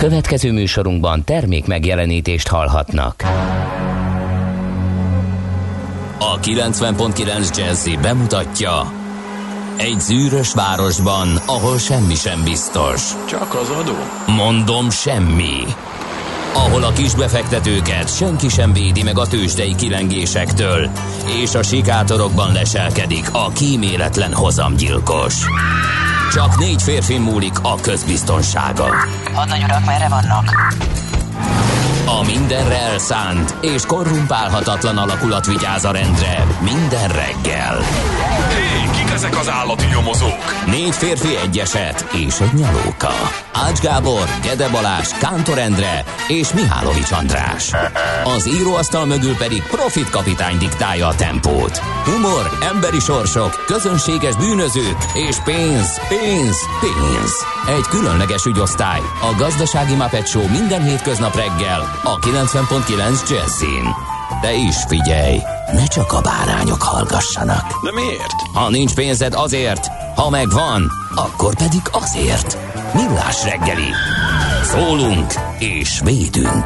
Következő műsorunkban termék megjelenítést hallhatnak. A 90.9 Jazzy bemutatja: egy zűrös városban, ahol semmi sem biztos. Csak az adó? Mondom, semmi. Ahol a kisbefektetőket senki sem védi meg a tőzsdei kilengésektől, és a sikátorokban leselkedik a kíméletlen hozamgyilkos. Csak 4 férfin múlik a közbiztonsága. Hadnagy urak, merre vannak? A mindenre elszánt és korrumpálhatatlan alakulat vigyáz a rendre minden reggel. Hé, kik ezek az állati nyomozók? 4 férfi, egy eset és egy nyalóka. Ács Gábor, Gede Balázs, Kántor Endre és Mihálovics András. Az íróasztal mögül pedig Profit kapitány diktálja a tempót. Humor, emberi sorsok, közönséges bűnözők és pénz, pénz, pénz. Egy különleges ügyosztály, a Gazdasági Muppet Show minden hétköznap reggel a 90.9 Jazzin. De is figyelj, ne csak a bárányok hallgassanak. De miért? Ha nincs pénzed, azért, ha megvan, akkor pedig azért. Millás reggeli. Szólunk és védünk.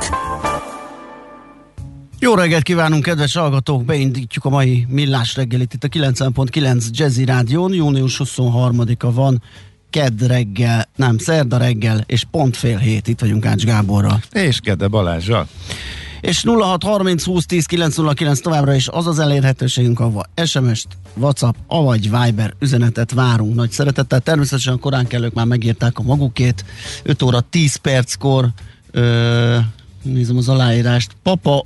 Jó reggelt kívánunk, kedves hallgatók! Beindítjuk a mai Millás reggelit itt a 90.9 Jazzy Rádión. Június 23-a van, kedd reggel, nem, szerda reggel, és pont fél hét. Itt vagyunk Ács Gáborral. És Gede Balázsral. És 0630 20 10 909 továbbra is az az elérhetőségünk, ahol SMS-t, WhatsApp, avagy Viber üzenetet várunk nagy szeretettel. Természetesen a korán kellők már megírták a magukét. 5 óra 10 perckor nézem az aláírást. Papa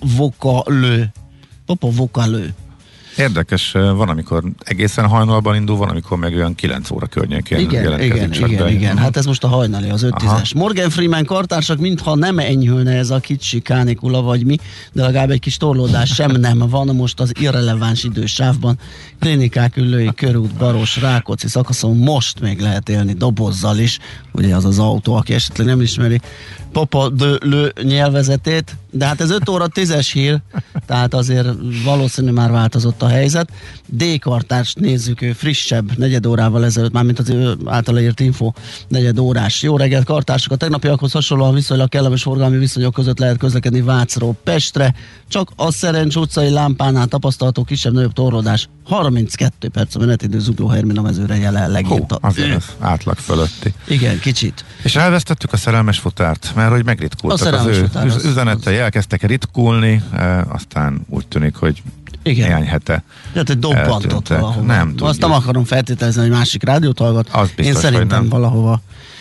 Vokalő. Érdekes, van, amikor egészen hajnalban indul, van, amikor meg olyan 9 óra környékén jelentkezik. Igen. Hát ez most a hajnali, az 5-10-es. Morgan Freeman kartársak, mintha nem enyhülne ez a kicsi kánikula vagy mi, de legalább egy kis torlódás sem nem van most az irreleváns idősávban. Klinikák, Üllői körút, Baros, Rákóczi szakaszon most még lehet élni dobozzal is. Ugye az az autó, aki esetleg nem ismeri Papa de Lő nyelvezetét, de hát ez 5 óra 10-es hír, tehát azért valószínű már változott a helyzet. D-kartást nézzük, ő frissebb, 4 órával ezelőtt, mármint az ő általa írt info, 4 órás. Jó reggelt, kartársak! A tegnapiakhoz hasonlóan viszonylag kellemes forgalmi viszonyok között lehet közlekedni Vácról Pestre, csak a Szerencs utcai lámpánál tapasztalható kisebb-nagyobb torlódás. 32 perc a menetidő Zugló Hermina mezőre jelenleg. Azért az átlag fölötti. Igen, kicsit. És elvesztettük a szerelmes futárt, mert hogy megritkultak az ő üzenetei, elkezdtek ritkulni, aztán úgy tűnik, hogy néhány hete. Tehát egy dobbantott valahova. Nem tudjuk. Azt nem akarom feltételezni, hogy másik rádiót hallgat. Az biztos, én szerintem valahova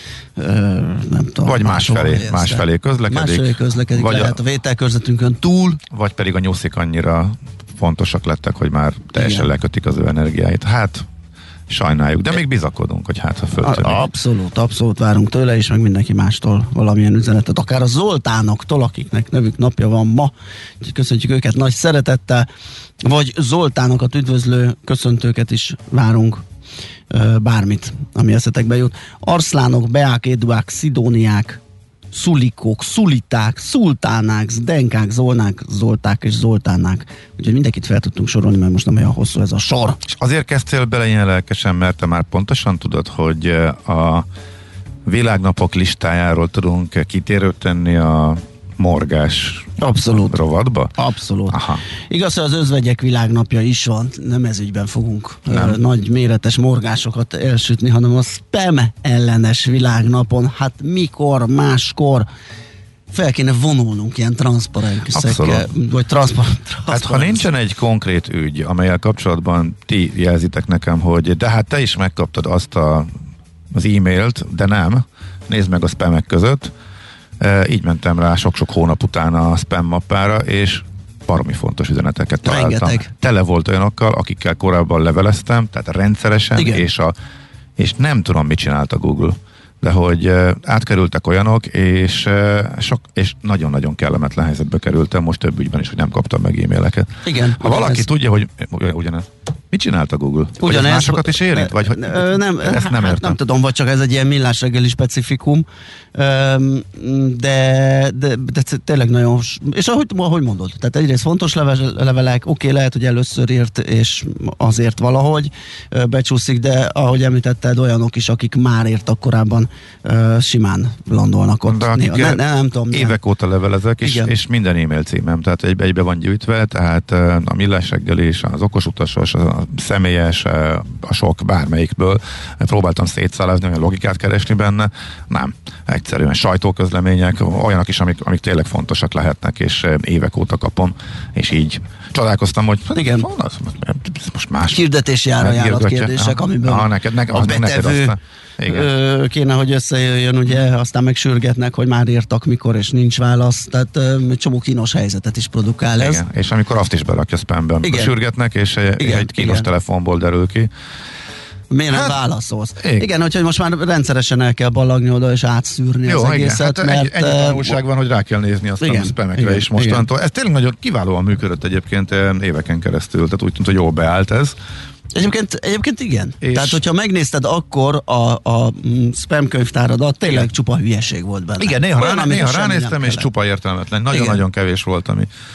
nem tudom. Vagy másfelé közlekedik. Vagy lehet a vételkörzetünkön túl. Vagy pedig a nyuszik annyira fontosak lettek, hogy már teljesen lekötik az ő energiáit. Hát sajnáljuk, de még bizakodunk, hogy hát ha föltűnik. Abszolút várunk tőle is, meg mindenki mástól valamilyen üzenetet, akár a Zoltánoktól, akiknek nevük napja van ma. Köszöntjük őket nagy szeretettel, vagy Zoltánokat üdvözlő köszöntőket is várunk, bármit, ami eszetekbe jut. Arszlánok, Beák, Eduák, Szidóniák, Szulikók, Szuliták, Szultánák, Zdenkák, Zolnák, Zolták és Zoltánák. Úgyhogy mindenkit fel tudtunk sorolni, mert most nem olyan hosszú ez a sor. És azért kezdtél bele ilyen lelkesen, mert te már pontosan tudod, hogy a világnapok listájáról tudunk kitérőt tenni a morgás rovatba? Abszolút. Aha. Igaz, hogy az özvegyek világnapja is van, nem ez ügyben fogunk nagy méretes morgásokat elsütni, hanem a spam ellenes világnapon. Hát mikor, máskor fel kéne vonulnunk ilyen transzparensekkel, vagy transzparent. Hát ha nincsen egy konkrét ügy, amelyel kapcsolatban ti jelzitek nekem, hogy de hát te is megkaptad azt az e-mailt, de nem, nézd meg a spamek között. Így mentem rá sok-sok hónap után a spam mappára, és baromi fontos üzeneteket találtam. Rengeteg. Tele volt olyanokkal, akikkel korábban leveleztem, tehát rendszeresen, és nem tudom, mit csinált a Google, de hogy átkerültek olyanok, és nagyon-nagyon kellemetlen helyzetbe kerültem, most több ügyben is, hogy nem kaptam meg e-maileket. Igen. Ha valaki tudja, hogy ugyanez. Mit csinált a Google? Ugyanez, másokat is érint? Vagy hogy ezt nem értem. Nem tudom, vagy csak ez egy ilyen millás reggeli specifikum, de tényleg nagyon, és ahogy mondod, tehát egyrészt fontos levelek, oké, lehet, hogy először írt, és azért valahogy becsúszik, de ahogy említetted, olyanok is, akik már írtak korábban, simán landolnak ott. De nem tudom. Évek óta levelezek, és minden e-mail címem, tehát egybe van gyűjtve, tehát a millás reggeli és az okosutasos, a személyes, a sok bármelyikből próbáltam szétszállazni, olyan logikát keresni benne, nem. Egyszerűen sajtóközlemények, olyanok is, amik tényleg fontosak lehetnek, és évek óta kapom, és így csodálkoztam, hogy igen. Most más. Hirdetési árajánlat kérdések, amiből a betevő kéne, hogy összejöjjön, ugye, aztán meg sürgetnek, hogy már írtak mikor, és nincs válasz, tehát egy csomó kínos helyzetet is produkál ez. Igen, és amikor azt is berakja spambe, amikor sürgetnek, és egy kínos telefonból derül ki. Miért nem válaszolsz? Igen, úgyhogy most már rendszeresen el kell ballagni oda, és átszűrni az egészet. Hát mert ennyi tanulság van, hogy rá kell nézni azt a spamekre is mostantól. Ez tényleg nagyon kiválóan működött egyébként éveken keresztül, tehát úgy tűnt, hogy jól beállt ez. Egyébként igen. Tehát, hogyha megnézted akkor a spam könyvtáradat, tényleg csupa hülyeség volt benne. Igen, néha ránéztem, és csupa értelmetlen. Nagyon-nagyon kevés volt,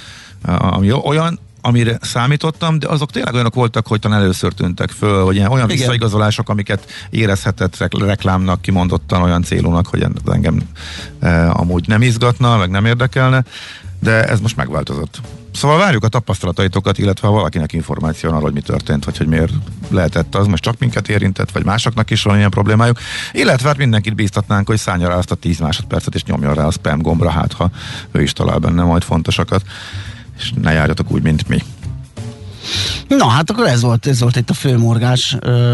ami olyan, amire számítottam, de azok tényleg olyanok voltak, hogy talán először tűntek föl, vagy olyan visszaigazolások, amiket érezhetett reklámnak, kimondottan olyan célúnak, hogy engem amúgy nem izgatna, meg nem érdekelne, de ez most megváltozott. Szóval várjuk a tapasztalataitokat, illetve ha valakinek információ arról, hogy mi történt, vagy hogy miért lehetett az, most csak minket érintett, vagy másoknak is van ilyen problémájuk, illetve hát mindenkit bíztatnánk, hogy szállja rá azt a 10 másodpercet, és nyomjon rá a spam gombra, hát ha ő is talál benne majd fontosakat, és ne járjatok úgy, mint mi. Na, hát akkor ez volt itt a főmorgás,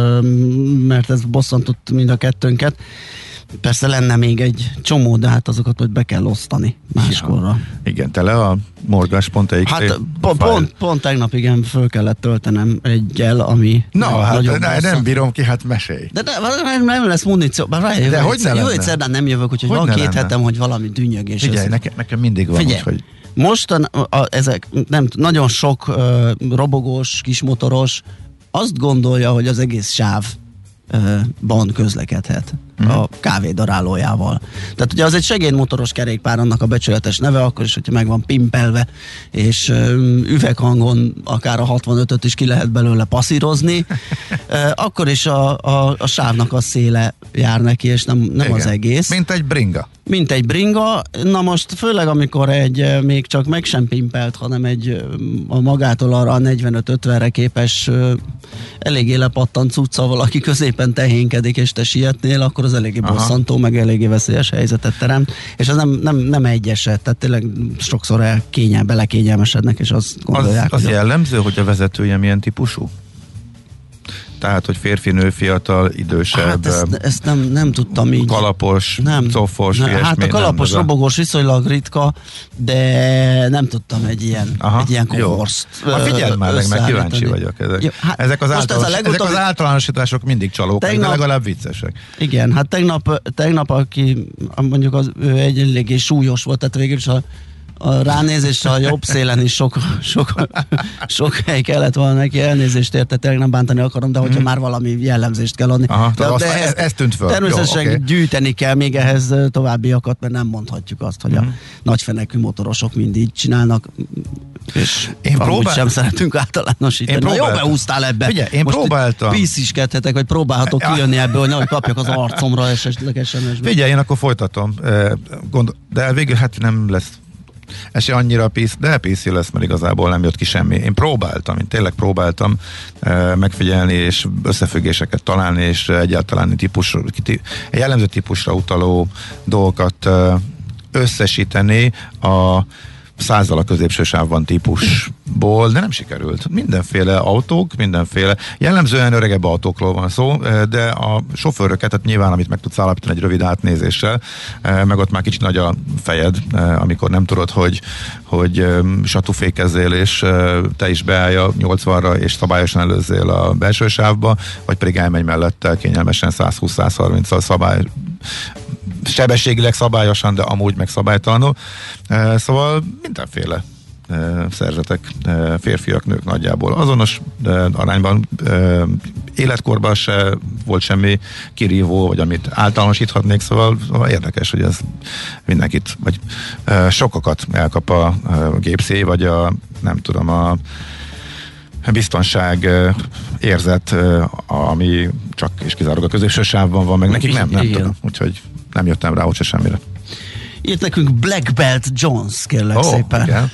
mert ez bosszantott mind a kettőnket. Persze lenne még egy csomó, de hát azokat majd be kell osztani máskorra. Igen, tele a morgás.exe. Hát pont tegnap igen, föl kellett töltenem egyel, ami nem bírom ki, hát mesélj. De nem lesz muníció. De hogy ne lenne? Jó, szerdán nem jövök, úgyhogy van 2 hetem, hogy valami dünnyögés. Figyelj, nekem mindig van. Figyelj, hogy mostan ezek nagyon sok robogós, kismotoros azt gondolja, hogy az egész sávban közlekedhet a kávédarálójával. Tehát ugye az egy segédmotoros kerékpár, annak a becsületes neve, akkor is, hogyha meg van pimpelve, és üveghangon akár a 65-öt is ki lehet belőle passzírozni, akkor is a sávnak a széle jár neki, és nem az egész. Mint egy bringa. Na most főleg, amikor még csak meg sem pimpelt, hanem a magától arra a 45-50-re képes eléggé lepattant cucca valaki középen tehénkedik, és te sietnél, akkor az eléggé bosszantó, meg eléggé veszélyes helyzetet teremt, és ez nem egy eset, tehát tényleg sokszor belekényelmesednek, és azt gondolják. Az jellemző, hogy a vezetője milyen típusú? Tehát, hogy férfi, nő, fiatal, idősebb. Hát ezt nem tudtam így. Kalapos, cofos, ilyesmi. Hát a kalapos, robogós viszonylag ritka, de nem tudtam egy ilyen kohorszt. Figyeld már meg kíváncsi vagyok. Ezek az általánosítások mindig csalók, de legalább viccesek. Igen, hát tegnap aki mondjuk ő egy eléggé súlyos volt, tehát végül is a ránézés a jobb szélen is sok hely kellett volna neki, elnézést érte, tényleg nem bántani akarom, de hogyha már valami jellemzést kell adni. De ez tűnt föl. Természetesen gyűjteni kell még ehhez továbbiakat, mert nem mondhatjuk azt, hogy a nagyfenekű motorosok mind így csinálnak, és sem szeretünk általánosítani. Jó, beúsztál ebbe. Figyelj, én próbáltam. Pisziskedhetek, vagy próbálhatok kijönni ebből, hogy nehogy kapjak az arcomra esetleg SMS-ben. Figyelj, én akkor folytatom. De végül hát nem lesz. Ez se annyira PC lesz, mert igazából nem jött ki semmi. Én tényleg próbáltam megfigyelni és összefüggéseket találni, és egyáltalán jellemző típusra utaló dolgokat összesíteni a 100-zal a középső sávban típusból, de nem sikerült. Mindenféle autók, jellemzően öregebb autókról van szó, de a sofőröket, tehát nyilván, amit meg tudsz állapítani egy rövid átnézéssel, meg ott már kicsit nagy a fejed, amikor nem tudod, hogy satúfékezzél, és te is beállj a 80-ra, és szabályosan előzzél a belső sávba, vagy pedig elmegy mellette kényelmesen 120-130-al sebességileg szabályosan, de amúgy meg szabálytalanul. Szóval mindenféle szerzetek, férfiak, nők nagyjából azonos arányban, életkorban se volt semmi kirívó, vagy amit általánosíthatnék, szóval érdekes, hogy ez mindenkit, vagy sokakat elkap a gépszély, vagy nem tudom, a biztonság érzet, ami csak és kizárólag a középső sávban van, meg nekik nem tudom, úgyhogy nem jöttem rá, úgyse semmire. Írt nekünk Black Belt Jones, kérlek szépen.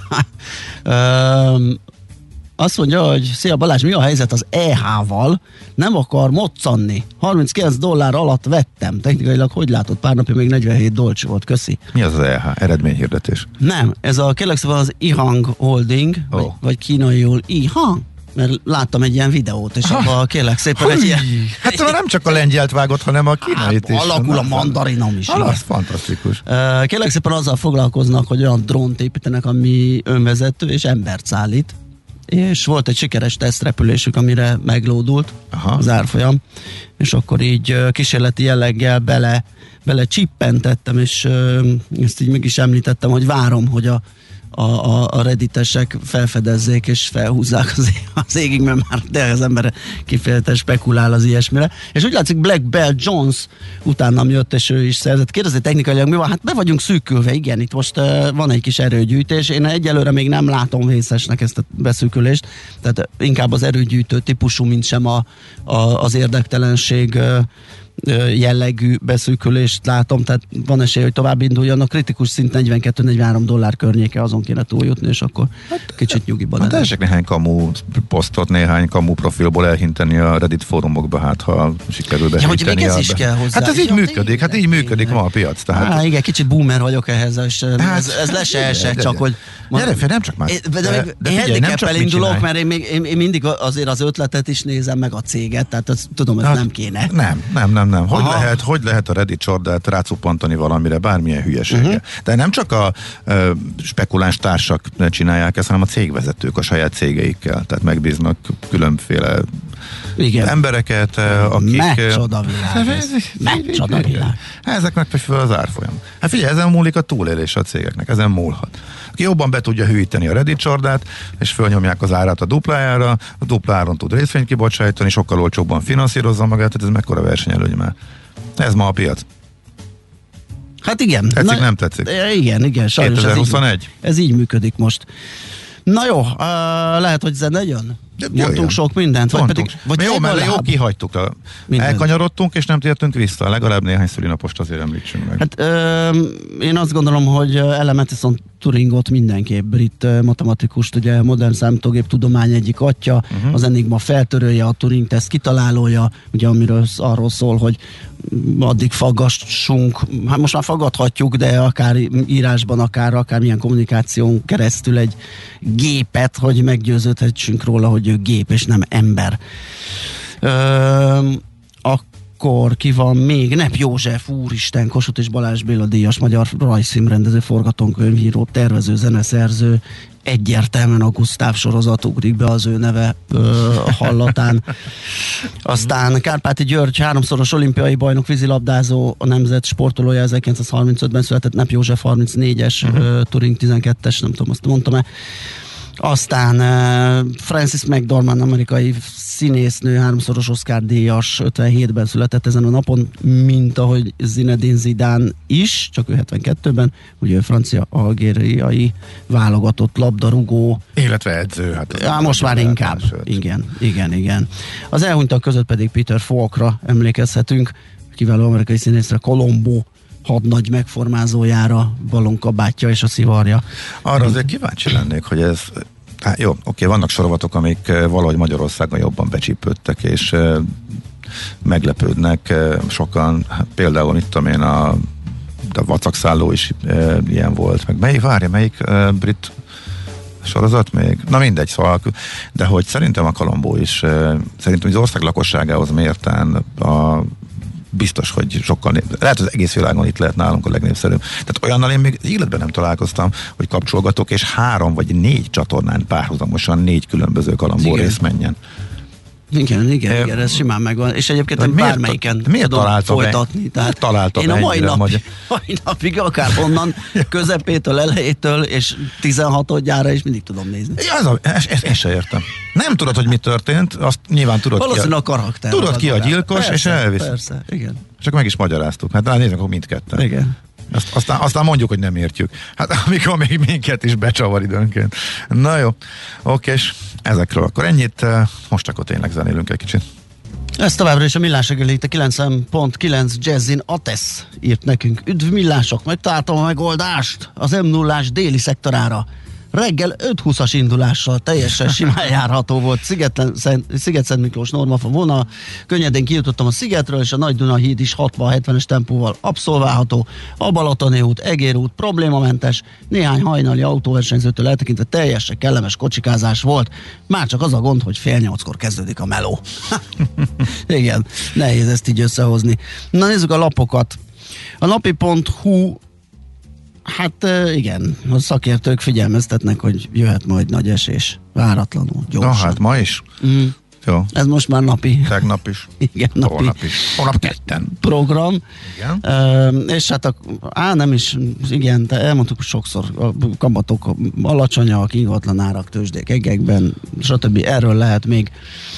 Azt mondja, hogy szia Balázs, mi a helyzet az EH-val? Nem akar moccanni. $39 alatt vettem. Technikailag hogy látod? Pár napja még $47 volt. Köszi. Mi az EH? Eredményhirdetés? Nem, ez a kérlek szépen az IHANG Holding, vagy kínaiul IHANG. Mert láttam egy ilyen videót, és abban kérlek szépen egy ilyen... Hát nem csak a lengyelt vágott, hanem a kínait is. Alakul a mandarinom is. Az fantasztikus. Kérlek szépen azzal foglalkoznak, hogy olyan drónt építenek, ami önvezető és embert szállít. És volt egy sikeres tesztrepülésük, amire meglódult az árfolyam, és akkor így kísérleti jelleggel bele csippentettem, és ezt így meg is említettem, hogy várom, hogy a redditesek felfedezzék és felhúzzák az égig, mert már de az ember kifejezetten spekulál az ilyesmire. És úgy látszik, Black Belt Jones utánam jött, és ő is szerzett. Kérdezi technikailag, mi van? Hát be vagyunk szűkülve, igen, itt most van egy kis erőgyűjtés. Én egyelőre még nem látom vészesnek ezt a beszűkülést, tehát inkább az erőgyűjtő típusú, mint sem az érdektelenség jellegű beszűkülést látom, tehát van esély, hogy tovább induljon. A kritikus szint $42-43 környéke, azon kéne túljutni, és akkor kicsit nyugiban. Hát tessék néhány kamu posztot, néhány kamu profilból elhinteni a Reddit fórumokba, hát ha sikerül behinteni. Ja, hogy ez is kell hozzá. Hát ez így működik, hát így működik ma a piac. Tehát... igen, kicsit boomer vagyok ehhez, és ez le se esett, csak hogy... Gyere, nem csak már. De én handicappel indulok, mert én mindig azért az ötletet is nézem, meg a céget, tehát tudom, ez nem kéne. Nem. Hogy lehet a Reddit csordát rácuppantani valamire, bármilyen hülyeséggel. De nem csak a spekuláns társak csinálják ezt, hanem a cégvezetők a saját cégeikkel. Tehát megbíznak különféle embereket, akik... Megcsodavilág. Ezek megfele az árfolyam. Hát figyelj, ezen múlik a túlélés a cégeknek, ezen múlhat. Aki jobban be tudja hűíteni a Reddit csordát, és fölnyomják az árát a duplájára, a dupláron tud részvényt kibocsájtani, sokkal olcsóbban finanszírozza magát, tehát ez mekkora versenyelőny már. Ez ma a piac. Hát igen. Tetszik, nem tetszik? Igen, sajnos 2021. Ez így működik most. Na jó, lehet, hogy zene jön? Mondtunk sok mindent, vagy pedig... Jó, kihagytuk. Elkanyarodtunk, és nem tértünk vissza. Legalább néhány szülinapost azért említsünk meg. Hát én azt gondolom, hogy Ellen Matheson Turingot mindenképp, brit matematikust, ugye modern számítógép tudomány egyik atya, az Enigma feltörője, a Turing-teszt kitalálója, ugye amiről arról szól, hogy addig faggassunk, hát most már faggathatjuk, de akár írásban, akár milyen kommunikáción keresztül egy gépet, hogy meggyőződhessünk róla, hogy ő gép és nem ember. Akkor ki van még? Nep József, úristen, Kossuth és Balázs Béla díjas magyar rajzfilmrendező, forgatókönyvíró, tervező, zeneszerző, egyértelműen a Gusztáv sorozat ugrik be az ő neve hallatán. Aztán Kárpáti György, 3-szoros olimpiai bajnok, vízilabdázó, a nemzet sportolója, 1935-ben született, Nep József 34-es, Turing 12-es, nem tudom, azt mondtam-e. Aztán Frances McDormand, amerikai színésznő, 3-szoros Oscar-díjas, 57-ben született ezen a napon, mint ahogy Zinedine Zidane is, csak ő 72-ben, ugye ő francia-algériai válogatott labdarúgó. Illetve edző. Hát most már inkább. Igen. Az elhunytak között pedig Peter Falkra emlékezhetünk, kiváló amerikai színészre, Columbo hadnagy megformázójára, balonkabátja és a szivarja. Arra azért kíváncsi lennék, hogy ez jó, oké, vannak sorozatok, amik valahogy Magyarországon jobban becsípődtek, és meglepődnek sokan. Például, mit tudom én, a Vacakszálló is ilyen volt. Meg melyik brit sorozat még? Na mindegy, szóval, de hogy szerintem a Columbo is, szerintem az ország lakosságához mérten biztos, hogy sokkal lehet, az egész világon itt lehet nálunk a legnépszerűbb. Tehát olyannal én még életben nem találkoztam, hogy kapcsolgatok, és 3 vagy 4 csatornán párhuzamosan 4 különböző Columbo rész menjen. Igen, ez simán megvan. És egyébként én bármelyiken tudom folytatni. Miért találtam én a mai napig akár onnan, közepétől, elejétől, és 16-odjára is mindig tudom nézni. Ja, ezt se értem. Nem tudod, hogy mi történt, azt nyilván tudod valószínűleg a karakter. Tudod ki a gyilkos, persze, és elvisz. Persze, igen. És akkor meg is magyaráztuk. Hát nézzük, akkor mindketten. Igen. Aztán mondjuk, hogy nem értjük. Hát amikor még minket is becsavar időnként. Na jó, és ezekről akkor ennyit. Most akkor tényleg zenélünk egy kicsit. Ez továbbra is a Millás reggeli, itt a 90.9 Jazzin Atesz írt nekünk. Üdv millások, megtaláltam a megoldást az M0-ás déli szektorára. Reggel 5:20-as indulással teljesen simán járható volt. Sziget-Szent Miklós Normafa vonal. Könnyedén kijutottam a Szigetről, és a Nagy Duna híd is 60-70-es tempóval abszolválható. A Balatoni út, Egér út problémamentes. Néhány hajnali autóversenyzőtől eltekintve teljesen kellemes kocsikázás volt. Már csak az a gond, hogy 7:30-kor kezdődik a meló. Igen, nehéz ezt így összehozni. Na nézzük a lapokat. A napi.hu. Hát igen, a szakértők figyelmeztetnek, hogy jöhet majd nagy esés. Váratlanul, gyorsan. Na hát ma is? Jó. Ez most már napi. Tegnap is. Igen, Holnap is. Holnap ketten. Program. Igen. És hát nem is, igen, de elmondtuk sokszor, a kamatok alacsonyak, ingatlan árak, tőzsdék egekben, stb. Erről lehet még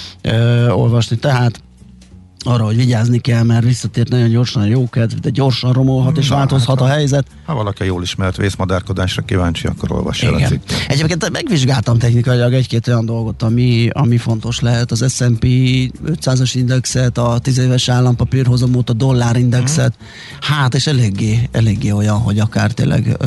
olvasni. Tehát arra, hogy vigyázni kell, mert visszatért nagyon gyorsan a jókedv, de gyorsan romolhat és változhat a helyzet. Ha valaki jól ismert vészmadárkodásra kíváncsi, akkor olvassa a cikket. Egyébként megvizsgáltam technikailag egy-két olyan dolgot, ami fontos lehet. Az S&P 500-as indexet, a 10 éves állampapírhozamot, a dollárindexet. Hát, és eléggé olyan, hogy akár tényleg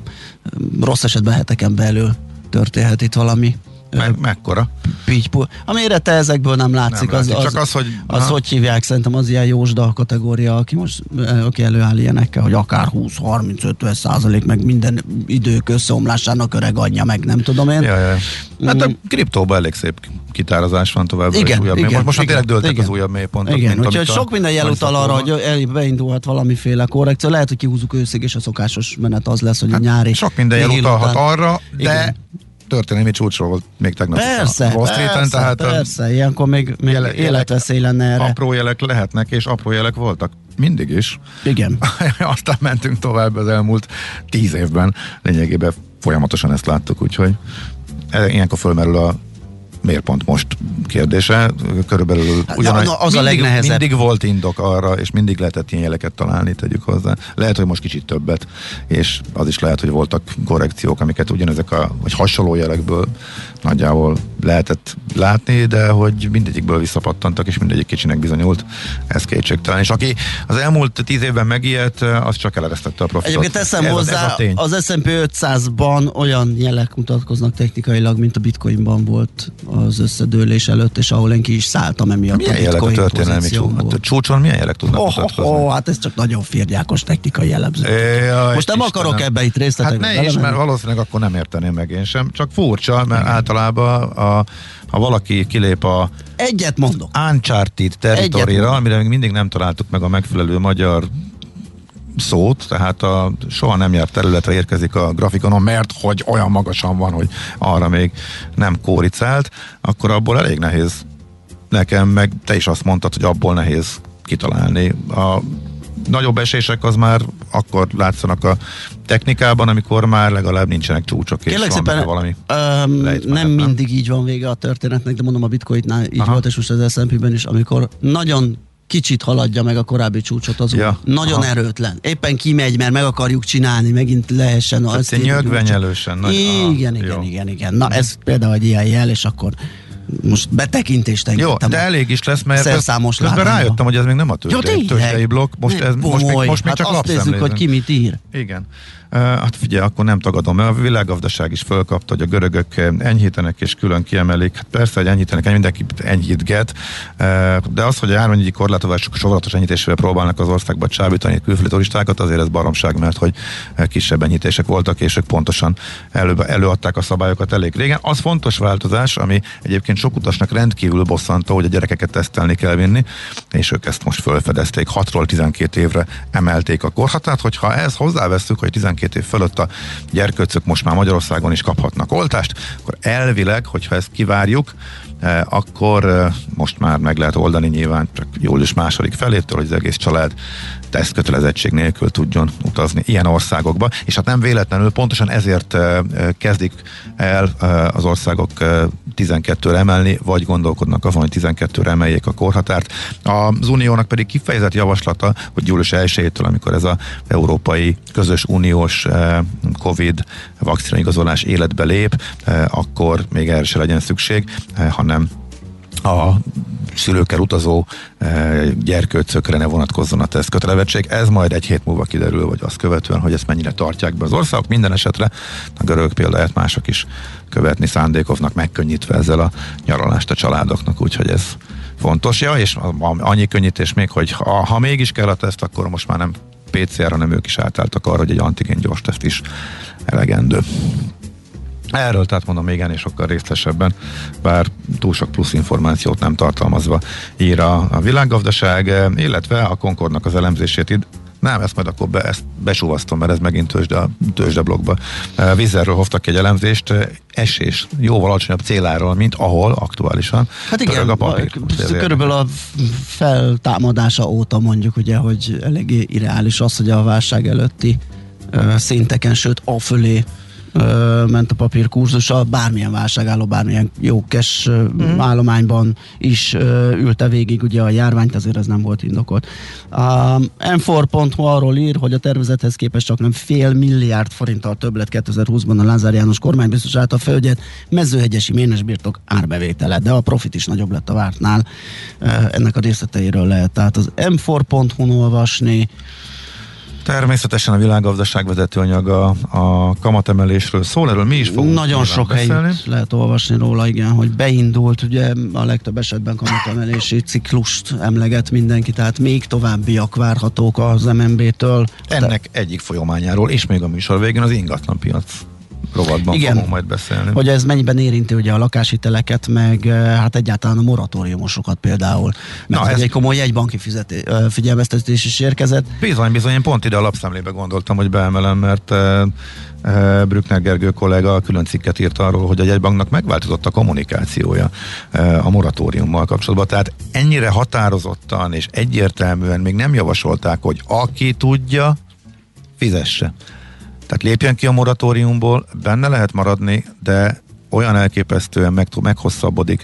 rossz esetben heteken belül történhet itt valami. Mekkora? A mérete ezekből nem látszik. Hogy hívják, szerintem az ilyen jósda kategória, aki előáll ilyenekkel, hogy akár 20-30-50%, meg minden idők összeomlásának öreg anyja, meg nem tudom én. Hát a kriptóban elég szép kitározás van tovább. Igen, most tényleg dőltek az újabb mélypontok. Igen, úgyhogy sok minden jel utal arra, hogy beindulhat valamiféle korrekció. Lehet, hogy kihúzzuk őszig, és a szokásos menet az lesz, hogy a nyári. Sok minden jel utalhat arra, de történelmi csúcsról volt még tegnap persze, Wall Street-en, tehát persze, ilyenkor még életveszély lenne erre. Apró jelek lehetnek, és apró jelek voltak mindig is. Igen. Aztán mentünk tovább az elmúlt 10 évben. Lényegében folyamatosan ezt láttuk, úgyhogy ilyenkor fölmerül a miért most kérdése, körülbelül az a legnehezebb. Mindig volt indok arra, és mindig lehetett ilyen jeleket találni, tegyük hozzá. Lehet, hogy most kicsit többet, és az is lehet, hogy voltak korrekciók, amiket ugyanezek vagy hasonló jelekből nagyjából lehetett látni, de hogy mindegyikből visszapattantak, és mindegyik kicsinek bizonyult, ez kétségtelen. És aki az elmúlt 10 évben megijedt, az csak eleresztette a profitot. Egyébként teszem hozzá, az S&P 500-ban olyan jelek mutatkoznak technikailag, mint a bitcoinban volt az összedőlés előtt, és ahol én ki is szálltam emiatt milyen a bitcoin pozíciómból. A csúcson milyen jelek tudnak mutatkozni? Hát ez csak nagyon firgyákos technikai jellemző. Most nem akarok ebbe itt részletekbe. Hát ne is, mert valószínűleg akkor nem érteném meg én sem. Csak furcsa, mert általában ha valaki kilép a egyet mondok. Uncharted territory-ra, amire még mindig nem találtuk meg a megfelelő magyar szót, tehát soha nem járt területre érkezik a grafikonon, mert hogy olyan magasan van, hogy arra még nem kóricált, akkor abból elég nehéz nekem, meg te is azt mondtad, hogy abból nehéz kitalálni. A nagyobb esések az már akkor látszanak a technikában, amikor már legalább nincsenek csúcsok, és kérlek van szépen, valami nem mindig így van vége a történetnek, de mondom, a bitcoinnál így volt, és most az S&P-ben is, amikor nagyon kicsit haladja meg a korábbi csúcsot az nagyon erőtlen. Éppen kimegy, mert meg akarjuk csinálni, megint lehessen. Nyögvenyelősen. Igen. Na ez például egy ilyen jel, és akkor most betekintést engedtem. Jó, de elég is lesz, mert közben rájöttem, hogy ez még nem a tőzsdei blokk. Most még csak azt nézzük, hogy ki mit ír. Igen. Hát figyelj, akkor nem tagadom, mert a világgazdaság is fölkapta, hogy a görögök enyhítenek és külön kiemelik. Hát persze, hogy enyhítenek, mindenki enyhítget, de az, hogy a árványi korlátozások sorozatos enyhítésével próbálnak az országba csábítani külföldi turistákat, azért ez baromság, mert hogy kisebb enyhítések voltak, és ők pontosan előadták a szabályokat elég régen. Az fontos változás, ami egyébként sok utasnak rendkívül bosszantó, hogy a gyerekeket tesztelni kell vinni, és ők ezt most fölfedezték. 6-ról 12 évre emelték a korhatárt, hogyha ezt hozzávesszük, hogy 12 év fölött a gyerkőcök most már Magyarországon is kaphatnak oltást, akkor elvileg, hogyha ezt kivárjuk, akkor most már meg lehet oldani nyilván csak július második felétől, hogy az egész család tesztkötelezettség nélkül tudjon utazni ilyen országokba, és hát nem véletlenül pontosan ezért kezdik el az országok 12-re emelni, vagy gondolkodnak azon, hogy 12-re emeljék a korhatárt. Az uniónak pedig kifejezett javaslata, hogy július 1-től, amikor ez az európai közös uniós Covid vakcinaigazolás életbe lép, akkor még erre se legyen szükség, hanem a szülőkkel utazó gyerkőcökre ne vonatkozzon a tesztkötelezettség. Ez majd egy hét múlva kiderül, vagy azt követően, hogy ezt mennyire tartják be az országok. Minden esetre a görög példáját mások is követni szándékoznak, megkönnyítve ezzel a nyaralást a családoknak, úgyhogy ez fontos. Ja, és annyi könnyítés még, hogy ha mégis kell a teszt, akkor most már nem PCR, hanem ők is átálltak arra, hogy egy antigén gyors teszt is elegendő. Erről tehát mondom még ennél sokkal részletesebben, bár túl sok plusz információt nem tartalmazva ír a Világgazdaság, illetve a Concordnak az elemzését nem, ezt majd akkor ezt besúvasztom, mert ez megint tőzsdeblogba. Vizerről hoztak ki egy elemzést, esés jóval alacsonyabb céláról, mint ahol aktuálisan. Hát igen, körülbelül a feltámadása óta mondjuk ugye, hogy eléggé irreális az, hogy a válság előtti szinteken, sőt afölé ment a papír kurzusa, bármilyen válságálló, bármilyen jó cash állományban is ülte végig ugye a járványt, azért ez nem volt indokolt. M4.hu arról ír, hogy a tervezethez képest csak nem $500 milliárd forinttal több lett 2020-ban a Lázár János kormánybiztos által felügyelt mezőhegyesi ménesbirtok árbevétele, de a profit is nagyobb lett a vártnál. Ennek a részleteiről lehet tehát az M4.hu-n olvasni. Természetesen a Világgazdaság vezetőanyaga a kamatemelésről szól, erről mi is fogunk nagyon sok helyet lehet olvasni róla, igen, hogy beindult, ugye a legtöbb esetben kamatemelési ciklust emleget mindenki, tehát még továbbiak várhatók az MNB-től. Ennek egyik folyamányáról, és még a műsor végén az ingatlanpiac rovatban igen, fogunk majd beszélni. Hogy ez mennyiben érinti ugye a lakáshiteleket, meg hát egyáltalán a moratóriumosokat például. Mert ez egy komoly jegybanki figyelmeztetés is érkezett. Bizony, én pont ide a lapszemlébe gondoltam, hogy beemelem, mert Brückner Gergő kollega külön cikket írt arról, hogy a jegybanknak megváltozott a kommunikációja a moratóriummal kapcsolatban. Tehát ennyire határozottan és egyértelműen még nem javasolták, hogy aki tudja, fizesse. Tehát lépjen ki a moratóriumból, benne lehet maradni, de olyan elképesztően meghosszabbodik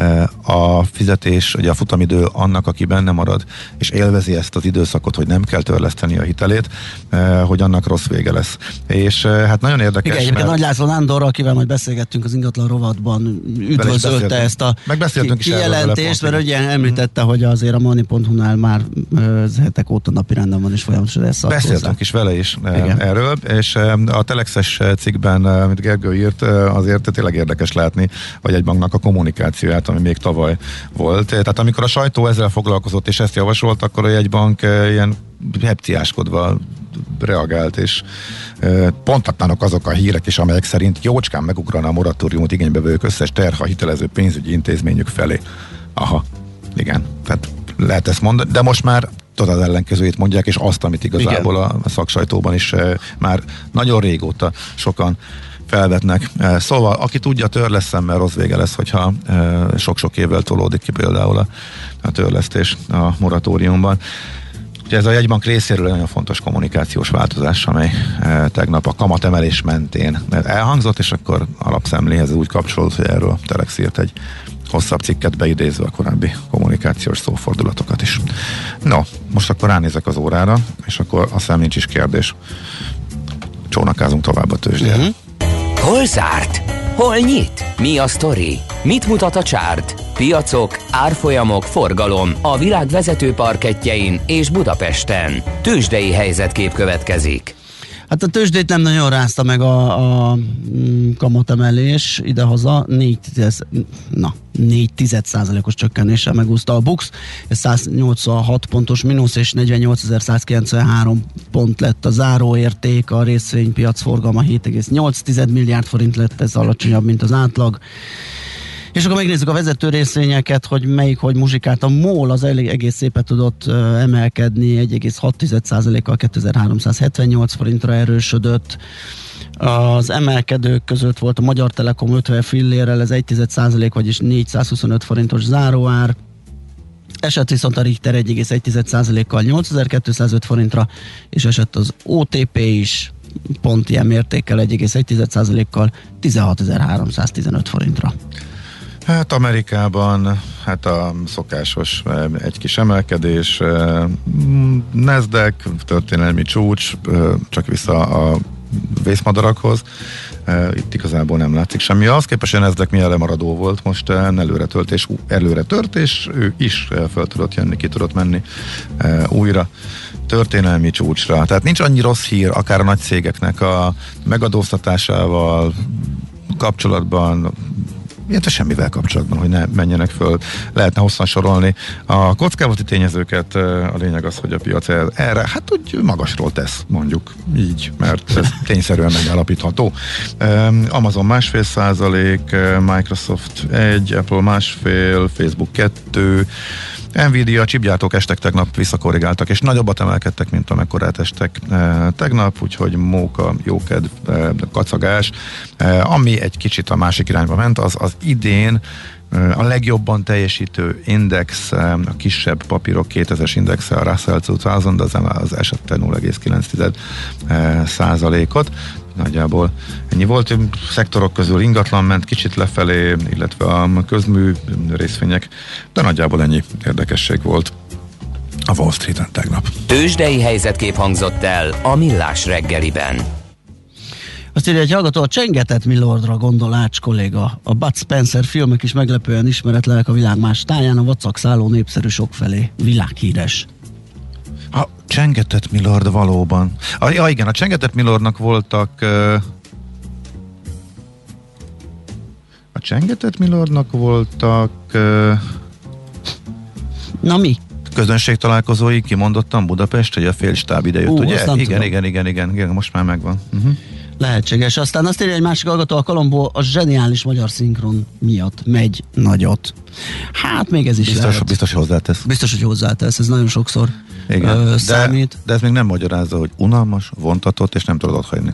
a fizetés, ugye a futamidő annak, aki benne marad, és élvezi ezt az időszakot, hogy nem kell törleszteni a hitelét, hogy annak rossz vége lesz. És hát nagyon érdekes. Igen, egyébként Nagy László Nándor, akivel majd beszélgettünk az ingatlan rovatban, üdvözölte ezt a kijelentést, mert ugye említette, hogy azért a Money.hu-nál már hetek óta napirenden van, és folyamatosan ezt beszéltünk is vele is erről, és a Telexes cikkben, amit Gergő írt, azért tényleg érdekes látni, hogy egy banknak a kommunikációját, ami még tavaly volt. Tehát amikor a sajtó ezzel foglalkozott és ezt javasolt, akkor a jegybank ilyen hepciáskodva reagált, és pontatlanok azok a hírek is, amelyek szerint jócskán megugrana a moratóriumot igénybe vevők összes terha hitelező pénzügyi intézményük felé. Aha, igen, tehát lehet ezt mondani, de most már az ellenkezőjét mondják, és azt, amit igazából a szaksajtóban is már nagyon régóta sokan felvetnek. Szóval, aki tudja, törleszem, mert rossz vége lesz, hogyha sok-sok évvel tolódik ki például a törlesztés a moratóriumban. Ugye ez a jegybank részéről egy nagyon fontos kommunikációs változás, amely tegnap a kamatemelés mentén elhangzott, és akkor alapszemléhez úgy kapcsolódott, hogy erről Telex írt egy hosszabb cikket beidézve a korábbi kommunikációs szófordulatokat is. No, most akkor ránézek az órára, és akkor azt hiszem nincs is kérdés. Csónakázunk tovább a tőzsdére. Hol zárt? Hol nyit? Mi a sztori? Mit mutat a csárt? Piacok, árfolyamok, forgalom a világ vezető parkettjein és Budapesten. Tőzsdei helyzetkép következik. Hát a tőzsdét nem nagyon rázta meg a kamatemelés idehaza, 4,1%-os csökkenéssel megúszta a BUX, ez 186 pontos mínusz és 48.193 pont lett a záróérték, a részvénypiac forgalma 7,8 milliárd forint lett, ez alacsonyabb, mint az átlag. És akkor megnézzük a vezető részvényeket, hogy melyik, hogy muzsikált. A MOL az egész szépen tudott emelkedni, 1,6%-kal 2378 forintra erősödött. Az emelkedők között volt a Magyar Telekom 50 fillérrel, ez 1,1%, vagyis 425 forintos záróár. Esett viszont a Richter 1,1%-kal 8205 forintra, és esett az OTP is pont ilyen mértékkel 1,1%-kal 16.315 forintra. Hát Amerikában a szokásos egy kis emelkedés, Nasdaq, történelmi csúcs, csak vissza a vészmadarakhoz. Itt igazából nem látszik semmi. Az képest, hogy a Nasdaq milyen lemaradó volt, most előre tört, és ő is fel tudott jönni, ki tudott menni újra történelmi csúcsra. Tehát nincs annyi rossz hír, akár a nagy cégeknek a megadóztatásával kapcsolatban, illetve semmivel kapcsolatban, hogy ne menjenek föl. Lehetne hosszan sorolni a kockázati tényezőket, a lényeg az, hogy a piac erre, hát úgy magasról tesz, mondjuk így, mert ez tényszerűen megállapítható. Amazon 1,5%, Microsoft 1, Apple 1,5%, Facebook 2%, Nvidia, chipgyártók estek tegnap, visszakorrigáltak, és nagyobbat emelkedtek, mint amekkorát estek tegnap, úgyhogy móka, jókedv, kacagás. Ami egy kicsit a másik irányba ment, az idén a legjobban teljesítő index, a kisebb papírok 2000-es indexe, a Russell 2000, de az esette 0,9%-ot. Nagyjából ennyi volt. Szektorok közül ingatlan ment kicsit lefelé, illetve a közmű részvények, de nagyjából ennyi érdekesség volt a Wall Streeten tegnap. Tőzsdei helyzetkép hangzott el a Millás reggeliben. Azt írja egy hallgató, a Csengetett Milordra gondol Ács kolléga. A Bud Spencer filmek is meglepően ismeretlenek a világ más táján, a vacak szálló népszerű sokfelé. Világhíres. A Csengetett Milord valóban. Igen, a Csengetett Milordnak voltak a Csengetett Milordnak voltak na mi? közönségtalálkozói, kimondottan Budapest, hogy a félstáb ide jött, ugye? Igen, most már megvan. Lehetséges. Aztán azt írja egy másik hallgató, a Colombo a zseniális magyar szinkron miatt megy nagyot. Hát még ez is biztos, hogy hozzátesz. Biztos, hogy hozzátesz, ez nagyon sokszor számít. De ez még nem magyarázza, hogy unalmas, vontatott, és nem tudod otthagyni.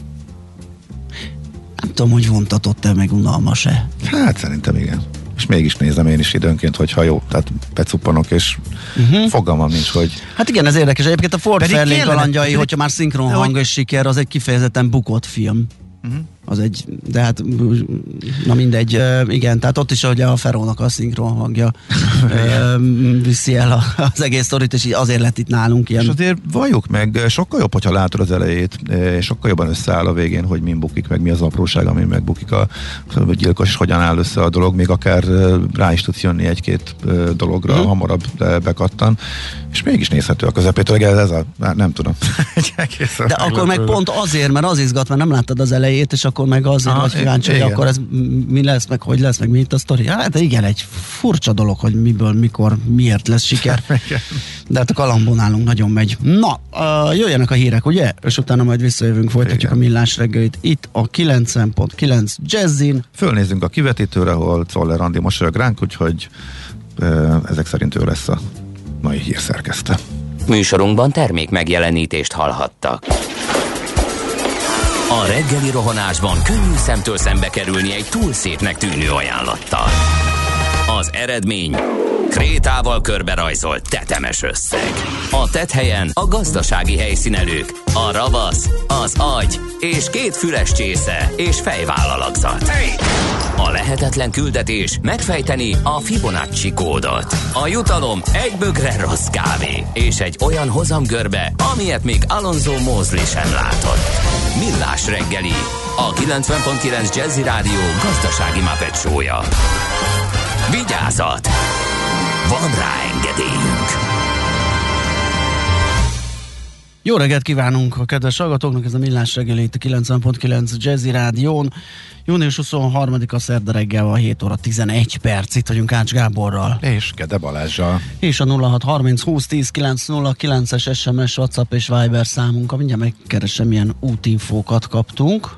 Nem tudom, hogy vontatott-e, meg unalmas-e. Hát szerintem igen. És mégis nézem én is időnként, hogyha jó, tehát becuppanok, és fogalmam nincs, hogy... Hát igen, ez érdekes. Egyébként a Ford Fairlane kalandjai, hogyha már szinkron hang és siker, az egy kifejezetten bukott film. Az egy, de hát na mindegy, igen, tehát ott is, hogy a Ferónak a szinkron hangja viszi el az egész sztorit, és azért lett itt nálunk ilyen. És azért valljuk meg, sokkal jobb, hogyha látod az elejét, és sokkal jobban összeáll a végén, hogy min bukik meg, mi az apróság, ami megbukik a gyilkos, és hogyan áll össze a dolog, még akár rá is tudsz jönni egy-két dologra, hamarabb bekattan, és mégis nézhető a közepétől, ez a, nem tudom. De akkor meg pont azért, mert az izgat, mert nem láttad az elejét, és akkor meg azért vagy kíváncsi, hogy akkor ez mi lesz, meg hogy lesz, meg mi itt a sztori. Hát igen, egy furcsa dolog, hogy miből, mikor, miért lesz siker. De hát a Kalambó nálunk nagyon megy. Na, jöjjenek a hírek, ugye? És utána majd visszajövünk, folytatjuk a Millás reggelit itt a 90.9 Jazzin. Fölnézzünk a kivetítőre, ahol Czoller Andi mosolyog ránk, úgyhogy ezek szerint ő lesz a mai hírszerkesztő. Műsorunkban termék megjelenítést hallhattak. A reggeli rohanásban könnyű szemtől szembe kerülni egy túl szépnek tűnő ajánlattal. Az eredmény krétával körberajzolt tetemes összeg. A tetthelyen a gazdasági helyszínelők, a ravasz, az agy és 2 füles csésze és fejvállalakzat. A lehetetlen küldetés megfejteni a Fibonacci kódot. A jutalom egy bögre rossz kávé és egy olyan hozamgörbe, amilyet még Alonso Mosley sem látott. Millás reggeli, a 90.9 Jazzy Rádió gazdasági Muppet show-ja. Vigyázat! Van rá engedélyünk! Jó reggelt kívánunk a kedves hallgatóknak, ez a Millás reggeli itt a 90.9 Jazzy Rádión. Június 23-a szerda reggel van, 7 óra 11 perc, itt vagyunk Ács Gáborral. És Gede Balázsral. És a 0630 20 10 909-es SMS, WhatsApp és Viber számunk, mindjárt megkeresem, milyen útinfókat kaptunk.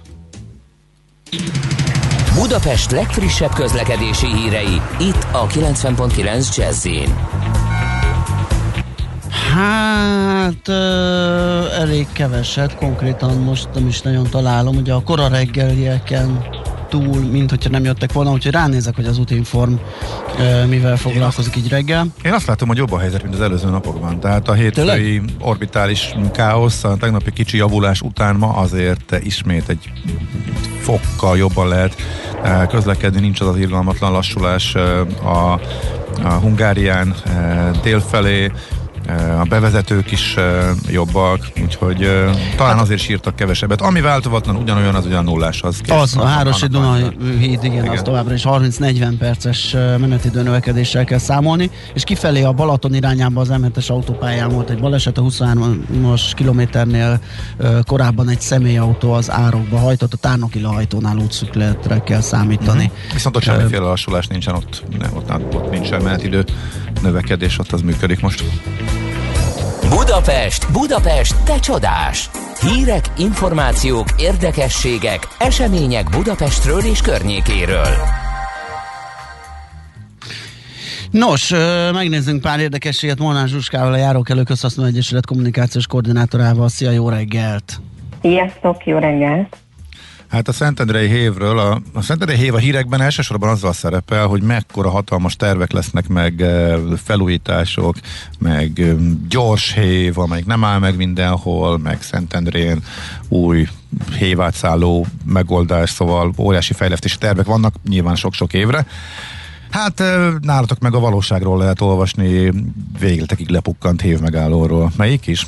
Budapest legfrissebb közlekedési hírei, itt a 90.9 Jazzin. Hát elég keveset, konkrétan most nem is nagyon találom, ugye a kora reggelieken túl, mint hogyha nem jöttek volna, úgyhogy ránézek, hogy az Utinform mivel foglalkozik így reggel. Én azt látom, hogy jobb a helyzet, mint az előző napokban. Tehát a hétfői orbitális káosz, a tegnapi kicsi javulás után ma azért ismét egy fokkal jobban lehet közlekedni, nincs az az irgalmatlan lassulás a Hungárián délfelé, a bevezetők is jobbak, úgyhogy talán azért sírtak kevesebbet. Ami változatlan ugyanolyan, az ugyan nullás. Az a Hárosi Dunai híd, igen, az továbbra is 30-40 perces menetidő növekedéssel kell számolni, és kifelé a Balaton irányába az M7-es autópályán volt egy baleset, a 23-as kilométernél korábban egy személyautó az árokba hajtott, a Tárnoki lehajtónál útszükletre kell számítani. Viszont ott semmiféle lassulás nincsen, ott nincsen menetidő növekedés, ott az működik most. Budapest, te csodás! Hírek, információk, érdekességek, események Budapestről és környékéről. Nos, megnézzünk pár érdekességet Molnár Zsuskával, a Járókelő Közhasznú Egyesület kommunikációs koordinátorával. Szia, jó reggelt! Sziasztok, jó reggelt! Hát a Szentendrei hévről, a Szentendrei hév a hírekben elsősorban azzal szerepel, hogy mekkora hatalmas tervek lesznek, meg felújítások, meg gyors hév, amelyik nem áll meg mindenhol, meg Szentendrén új hévátszálló megoldás, szóval óriási fejlesztési tervek vannak, nyilván sok-sok évre. Hát nálatok meg a valóságról lehet olvasni végletekig lepukkant hévmegállóról. Melyik is?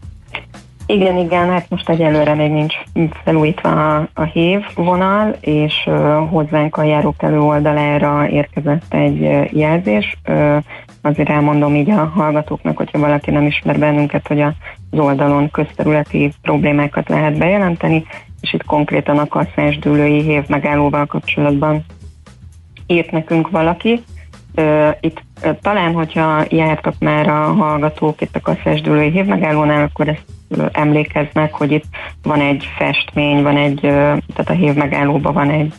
Igen, hát most egyelőre még nincs felújítva a hév vonal, és hozzánk a Járókelő oldalára érkezett egy jelzés. Azért elmondom így a hallgatóknak, hogyha valaki nem ismer bennünket, hogy az oldalon közterületi problémákat lehet bejelenteni, és itt konkrétan a Kasszás-Dülői hév megállóval kapcsolatban írt nekünk valaki. Itt talán, hogyha jártak már a hallgatók itt a Kasszás-Dülői hév megállónál, akkor ezt emlékeznek, hogy itt van egy festmény, tehát a hév megállóban van egy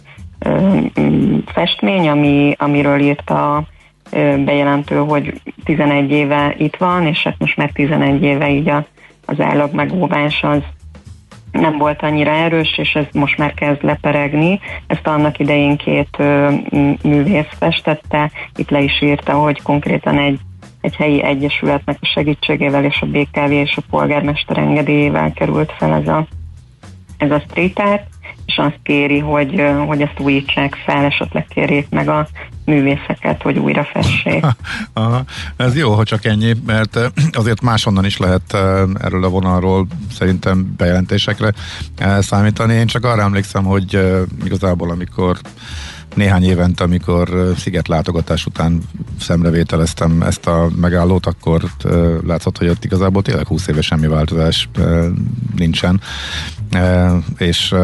festmény, amiről írt a bejelentő, hogy 11 éve itt van, és hát most már 11 éve így az állag megóvás az nem volt annyira erős, és ez most már kezd leperegni. Ezt annak idején két művész festette, itt le is írta, hogy konkrétan egy helyi egyesületnek a segítségével és a BKV és a polgármester engedélyével került fel ez a street art, és azt kéri, hogy ezt újítsák fel, esetleg kérjék meg a művészeket, hogy újra fessék. Aha, ez jó, hogy csak ennyi, mert azért máshonnan is lehet erről a vonalról szerintem bejelentésekre számítani. Én csak arra emlékszem, hogy igazából amikor néhány évente, amikor szigetlátogatás után szemrevételeztem ezt a megállót, akkor látszott, hogy ott igazából tényleg 20 éve semmi változás nincsen. És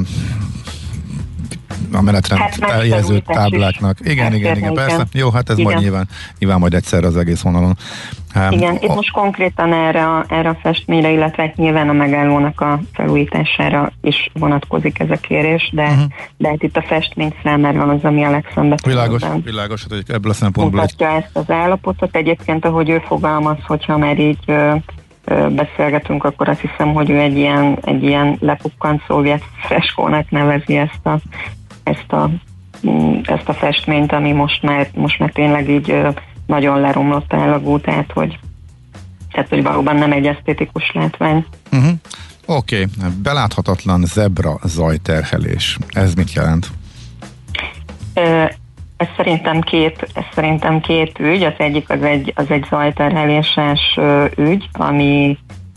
a menetrend jelző tábláknak. Igen, persze. Jó, hát ez igen. Majd nyilván majd egyszer az egész vonalon. Igen, itt most konkrétan erre a festményre, illetve nyilván a megállónak a felújítására is vonatkozik ez a kérés, de hát itt a festmény számára van az, ami a legszembetűnőbben. Világos, hogy ebből a szempontból mutatja ezt az állapotot. Egyébként, ahogy ő fogalmaz, hogyha már így beszélgetünk, akkor azt hiszem, hogy ő egy ilyen lepukkant szovjet freskónak nevezi ezt a festményt, ami most már tényleg így nagyon leromlott állagú, tehát hogy valóban nem egy esztétikus látvány. Oké. Beláthatatlan zebra zajterhelés. Ez mit jelent? Ez szerintem két ügy. Az egyik az egy zajterheléses ügy, ami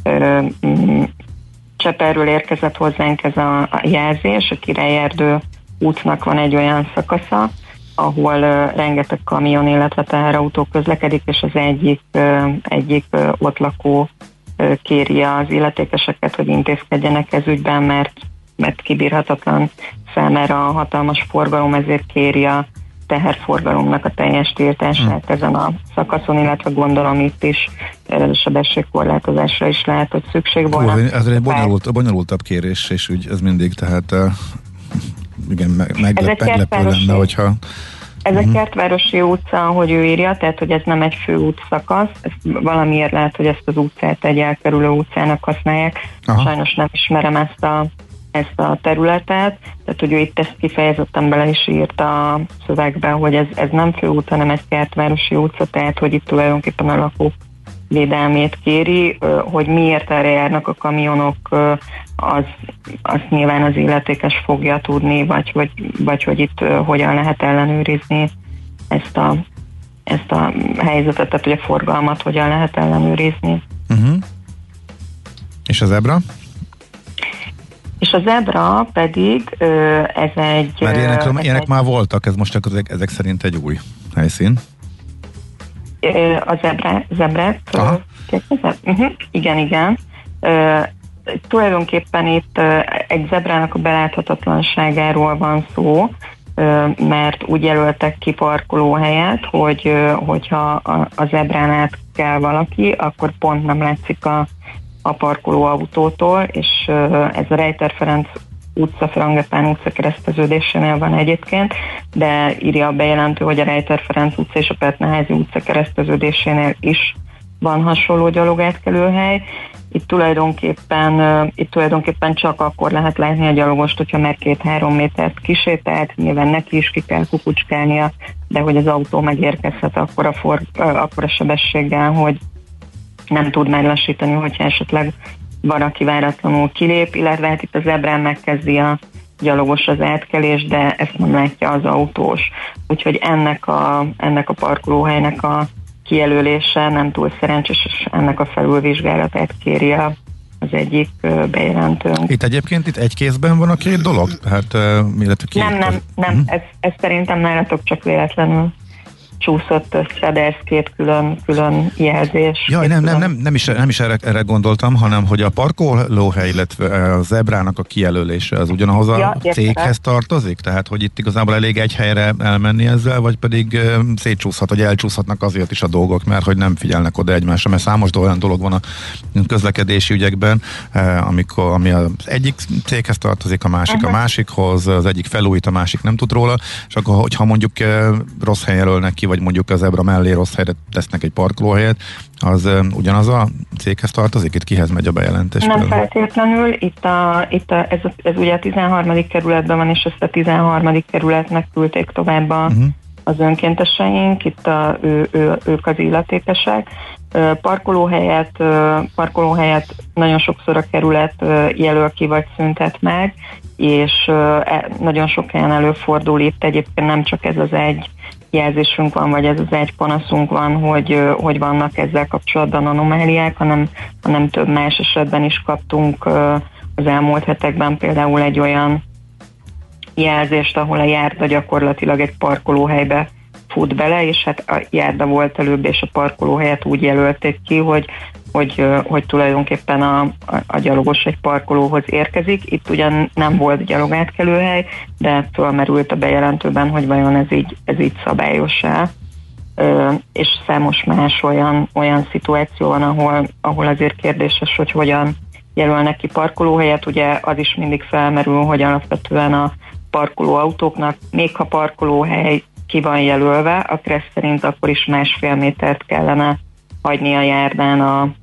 Cseperről érkezett hozzánk ez a jelzés. A Királyerdő útnak van egy olyan szakasza, ahol rengeteg kamion, illetve teherautó közlekedik, és az egyik ott lakó kéri az illetékeseket, hogy intézkedjenek ez ügyben, mert kibírhatatlan számára a hatalmas forgalom, ezért kéri a teherforgalomnak a teljes tiltását ezen a szakaszon, illetve gondolom itt is sebességkorlátozásra is lehet, hogy szükség volna. Ez egy bonyolultabb kérés, és úgy ez mindig, tehát igen, meglepő lenne, hogyha Ez a Kertvárosi utca, ahogy ő írja, tehát hogy ez nem egy főút szakasz, ez valamiért lehet, hogy ezt az utcát egy elkerülő utcának használják. Aha. Sajnos nem ismerem ezt a területet, tehát hogy ő itt ezt kifejezetten bele is írta a szövegbe, hogy ez nem főút, hanem ez Kertvárosi utca, tehát hogy itt tulajdonképpen a lakók védelmét kéri, hogy miért erre járnak a kamionok, az nyilván az illetékes fogja tudni, vagy hogy itt hogyan lehet ellenőrizni ezt a helyzetet, tehát hogy a forgalmat hogyan lehet ellenőrizni. És a zebra? És a zebra pedig ez egy... Mert ilyenek már voltak, ez most csak ezek szerint egy új helyszín. A zebrát igen. Tulajdonképpen itt egy zebrának a beláthatatlanságáról van szó, mert úgy jelöltek ki parkolóhelyet, hogyha a zebrán át kell valaki, akkor pont nem látszik a parkolóautótól, és ez a Rejter Ferenc utca, Frangepán utca kereszteződésénél van egyébként, de írja a bejelentő, hogy a Rejter Ferenc utca és a Petneházy utca kereszteződésénél is van hasonló gyalogátkelőhely. Itt tulajdonképpen csak akkor lehet látni a gyalogost, hogyha már 2-3 métert kisétált, nyilván neki is ki kell kukucskálnia, de hogy az autó megérkezhet akkor a sebességgel, hogy nem tud már lassítani, hogyha esetleg van, aki váratlanul kilép, illetve hát itt a zebrán megkezdi a gyalogos az átkelés, de ezt nem látja az autós. Úgyhogy ennek a parkolóhelynek a kijelölése nem túl szerencsés, és ennek a felülvizsgálatát kéri az egyik bejelentőnk. Itt egyébként egy kézben van a két dolog? Hát, nem. Ez szerintem nálatok csak véletlenül csúszott össze, de ez két külön jelzés. Jaj, nem is erre gondoltam, hanem hogy a parkolóhely, illetve a zebrának a kijelölése az ugyanahoz a céghez tartozik? Tehát, hogy itt igazából elég egy helyre elmenni ezzel, vagy pedig szétcsúszhat, vagy elcsúszhatnak azért is a dolgok, mert hogy nem figyelnek oda egymásra, mert számos olyan dolog van a közlekedési ügyekben, ami az egyik céghez tartozik, a másik a másikhoz, az egyik felújít, a másik nem tud róla, és akkor, hogyha mondjuk rossz helyen jelölnek ki, vagy mondjuk a zebra mellé rossz helyre tesznek egy parkolóhelyet, az ugyanaz a céghez tartozik? Itt kihez megy a bejelentés? Nem feltétlenül. Ez ugye a 13. kerületben van, és ezt a 13. kerületnek küldték tovább az önkénteseink, itt ők az illetékesek. Parkolóhelyet nagyon sokszor a kerület jelöl ki, vagy szüntet meg, és nagyon sok helyen előfordul itt egyébként nem csak ez az egy jelzésünk van, vagy ez az egy panaszunk van, hogy vannak ezzel kapcsolatban anomáliák, hanem több más esetben is kaptunk az elmúlt hetekben például egy olyan jelzést, ahol a járda gyakorlatilag egy parkolóhelybe fut bele, és hát a járda volt előbb, és a parkolóhelyet úgy jelölték ki, hogy tulajdonképpen a gyalogos egy parkolóhoz érkezik. Itt ugyan nem volt gyalogátkelőhely, de fölmerült a bejelentőben, hogy vajon ez így szabályos-e. És számos más olyan szituáció van, ahol azért kérdéses, hogy hogyan jelölnek ki parkolóhelyet. Ugye az is mindig felmerül, hogy alapvetően a parkolóautóknak, még ha parkolóhely ki van jelölve, a KRESZ szerint akkor is 1,5 métert kellene hagyni a járdán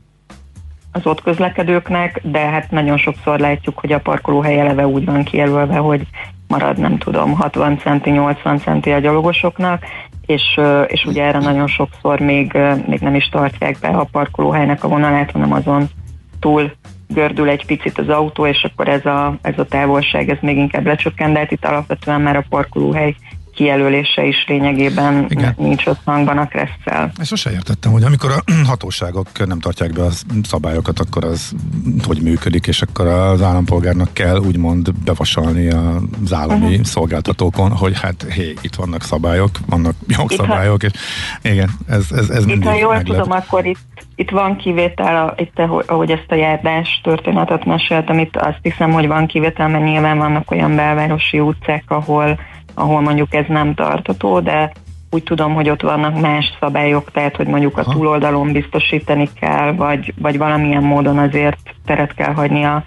az ott közlekedőknek, de hát nagyon sokszor látjuk, hogy a parkolóhely eleve úgy van kijelölve, hogy marad, nem tudom, 60 centi, 80 centi a gyalogosoknak, és ugye erre nagyon sokszor még nem is tartják be a parkolóhelynek a vonalát, hanem azon túl gördül egy picit az autó, és akkor ez a távolság, ez még inkább lecsökken, de hát itt alapvetően már a parkolóhely kijelölése is lényegében nincs ott hangban a KRESZ-szel. Ezt sose értettem, hogy amikor a hatóságok nem tartják be a szabályokat, akkor az hogy működik, és akkor az állampolgárnak kell úgymond bevasalni az állami szolgáltatókon, hogy hát itt vannak szabályok, vannak jogszabályok, és igen, ez mindig ha jól meglep. tudom, akkor itt van kivétel, ahogy ezt a járdás történetet meséltem, itt azt hiszem, hogy van kivétel, mert nyilván vannak olyan belvárosi utcák, ahol mondjuk ez nem tartató, de úgy tudom, hogy ott vannak más szabályok, tehát hogy mondjuk a túloldalon biztosítani kell, vagy valamilyen módon azért teret kell hagyni a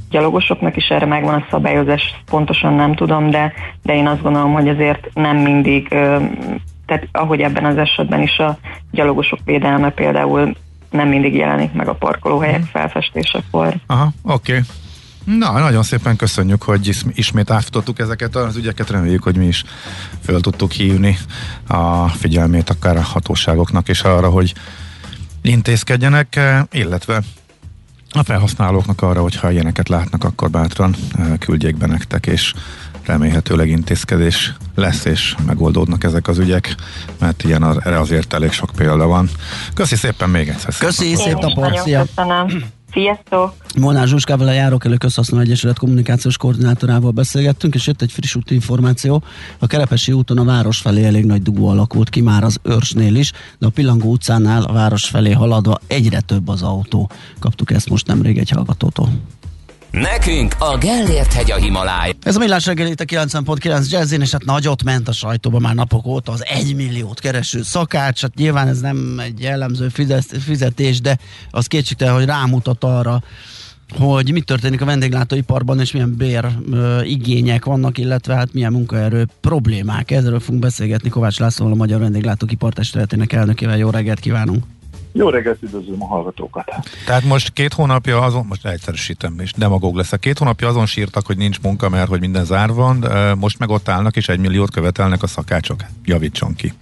gyalogosoknak is erre megvan a szabályozás, pontosan nem tudom, de én azt gondolom, hogy azért nem mindig, tehát ahogy ebben az esetben is a gyalogosok védelme például nem mindig jelenik meg a parkolóhelyek felfestésekor. Aha, oké. Na, nagyon szépen köszönjük, hogy ismét átfutottuk ezeket az ügyeket, reméljük, hogy mi is föl tudtuk hívni a figyelmét akár a hatóságoknak is arra, hogy intézkedjenek, illetve a felhasználóknak arra, hogyha ilyeneket látnak, akkor bátran küldjék be nektek, és remélhetőleg intézkedés lesz, és megoldódnak ezek az ügyek, mert erre azért elég sok példa van. Köszi szépen még egyszer. Köszi, szép napot, szia! Köszönöm. Sziasztok! Molnár Zsuskával, a Járókelő Közhasznú Egyesület kommunikációs koordinátorával beszélgettünk, és jött egy friss útinformáció. A Kerepesi úton a város felé elég nagy dugó alakult ki már az Őrsnél is, de a Pillangó utcánál a város felé haladva egyre több az autó. Kaptuk ezt most nemrég egy hallgatótól. Nekünk a Gellért-hegy a Himalája. Ez a Millás reggel itt a 90.9 Jazzin, és hát nagyot ment a sajtóban már napok óta az 1 milliót kereső szakács. Hát nyilván ez nem egy jellemző fizetés, de az kétségtelen, hogy rámutat arra, hogy mi történik a vendéglátóiparban, és milyen igények vannak, illetve hát milyen munkaerő problémák. Ezzel fogunk beszélgetni Kovács Lászlóval, a Magyar Vendéglátó Ipartestületének elnökével. Jó reggelt kívánunk! Jó reggelt, üdvözlöm a hallgatókat! Tehát most 2 hónapja azon, most egyszerűsítem, és demagóg lesz, 2 hónapja azon sírtak, hogy nincs munka, mert hogy minden zár van, most meg ott állnak, és 1 milliót követelnek a szakácsok. Javítson ki!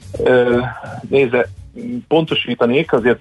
Nézze, pontosítanék, azért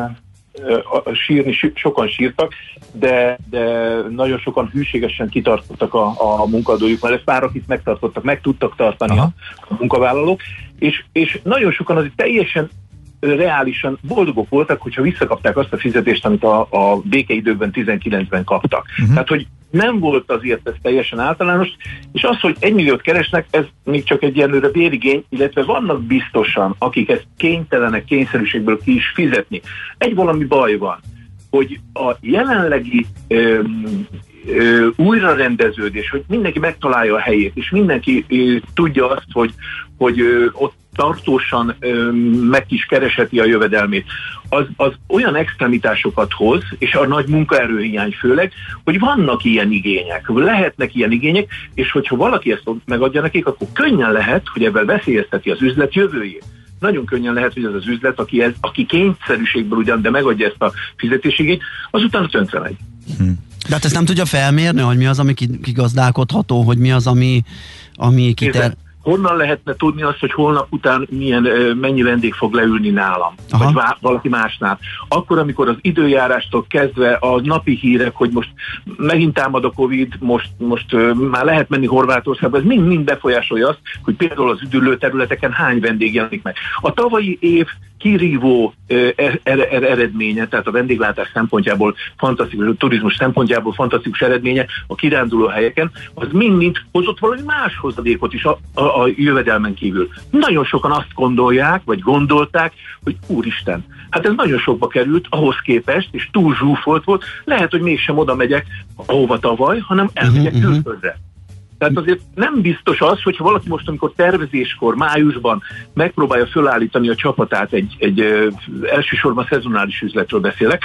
sírni sokan sírtak, de nagyon sokan hűségesen kitartottak a munkadójuk, mert ezt árak megtartottak, meg tudtak tartani a munkavállalók, és nagyon sokan azért teljesen reálisan boldogok voltak, hogyha visszakapták azt a fizetést, amit a békeidőben 19-ben kaptak. Tehát, hogy nem volt azért ez teljesen általános, és az, hogy 1 milliót keresnek, ez még csak egy ilyenőre bérigény, illetve vannak biztosan, akik ezt kénytelenek kényszerűségből ki is fizetni. Egy valami baj van, hogy a jelenlegi újrarendeződés, hogy mindenki megtalálja a helyét, és mindenki tudja azt, hogy ott tartósan meg is keresheti a jövedelmét, az olyan extremitásokat hoz, és a nagy munkaerőhiány főleg, hogy vannak ilyen igények, lehetnek ilyen igények, és hogyha valaki ezt megadja nekik, akkor könnyen lehet, hogy ebben veszélyezteti az üzlet jövőjét. Nagyon könnyen lehet, hogy az az üzlet, aki kényszerűségből ugyan, de megadja ezt a fizetésigét, azután tönkre megy. De hát ezt nem tudja felmérni, hogy mi az, ami kigazdálkodható, hogy mi az, ami Honnan lehetne tudni azt, hogy holnap után mennyi vendég fog leülni nálam, vagy valaki másnál? Akkor, amikor az időjárástól kezdve a napi hírek, hogy most megint támad a Covid, most már lehet menni Horvátországba, ez mind befolyásolja azt, hogy például az üdülő területeken hány vendég jelenik meg. A tavalyi év kirívó eredménye, tehát a vendéglátás szempontjából fantasztikus, a turizmus szempontjából fantasztikus eredménye a kiránduló helyeken, az mind hozott valami más hozadékot is a jövedelmen kívül. Nagyon sokan azt gondolják, vagy gondolták, hogy úristen, hát ez nagyon sokba került ahhoz képest, és túl zsúfolt volt, lehet, hogy mégsem oda megyek, ahova tavaly, hanem elmegyek külföldre. Tehát azért nem biztos az, hogyha valaki most, amikor tervezéskor, májusban megpróbálja fölállítani a csapatát, egy elsősorban szezonális üzletről beszélek,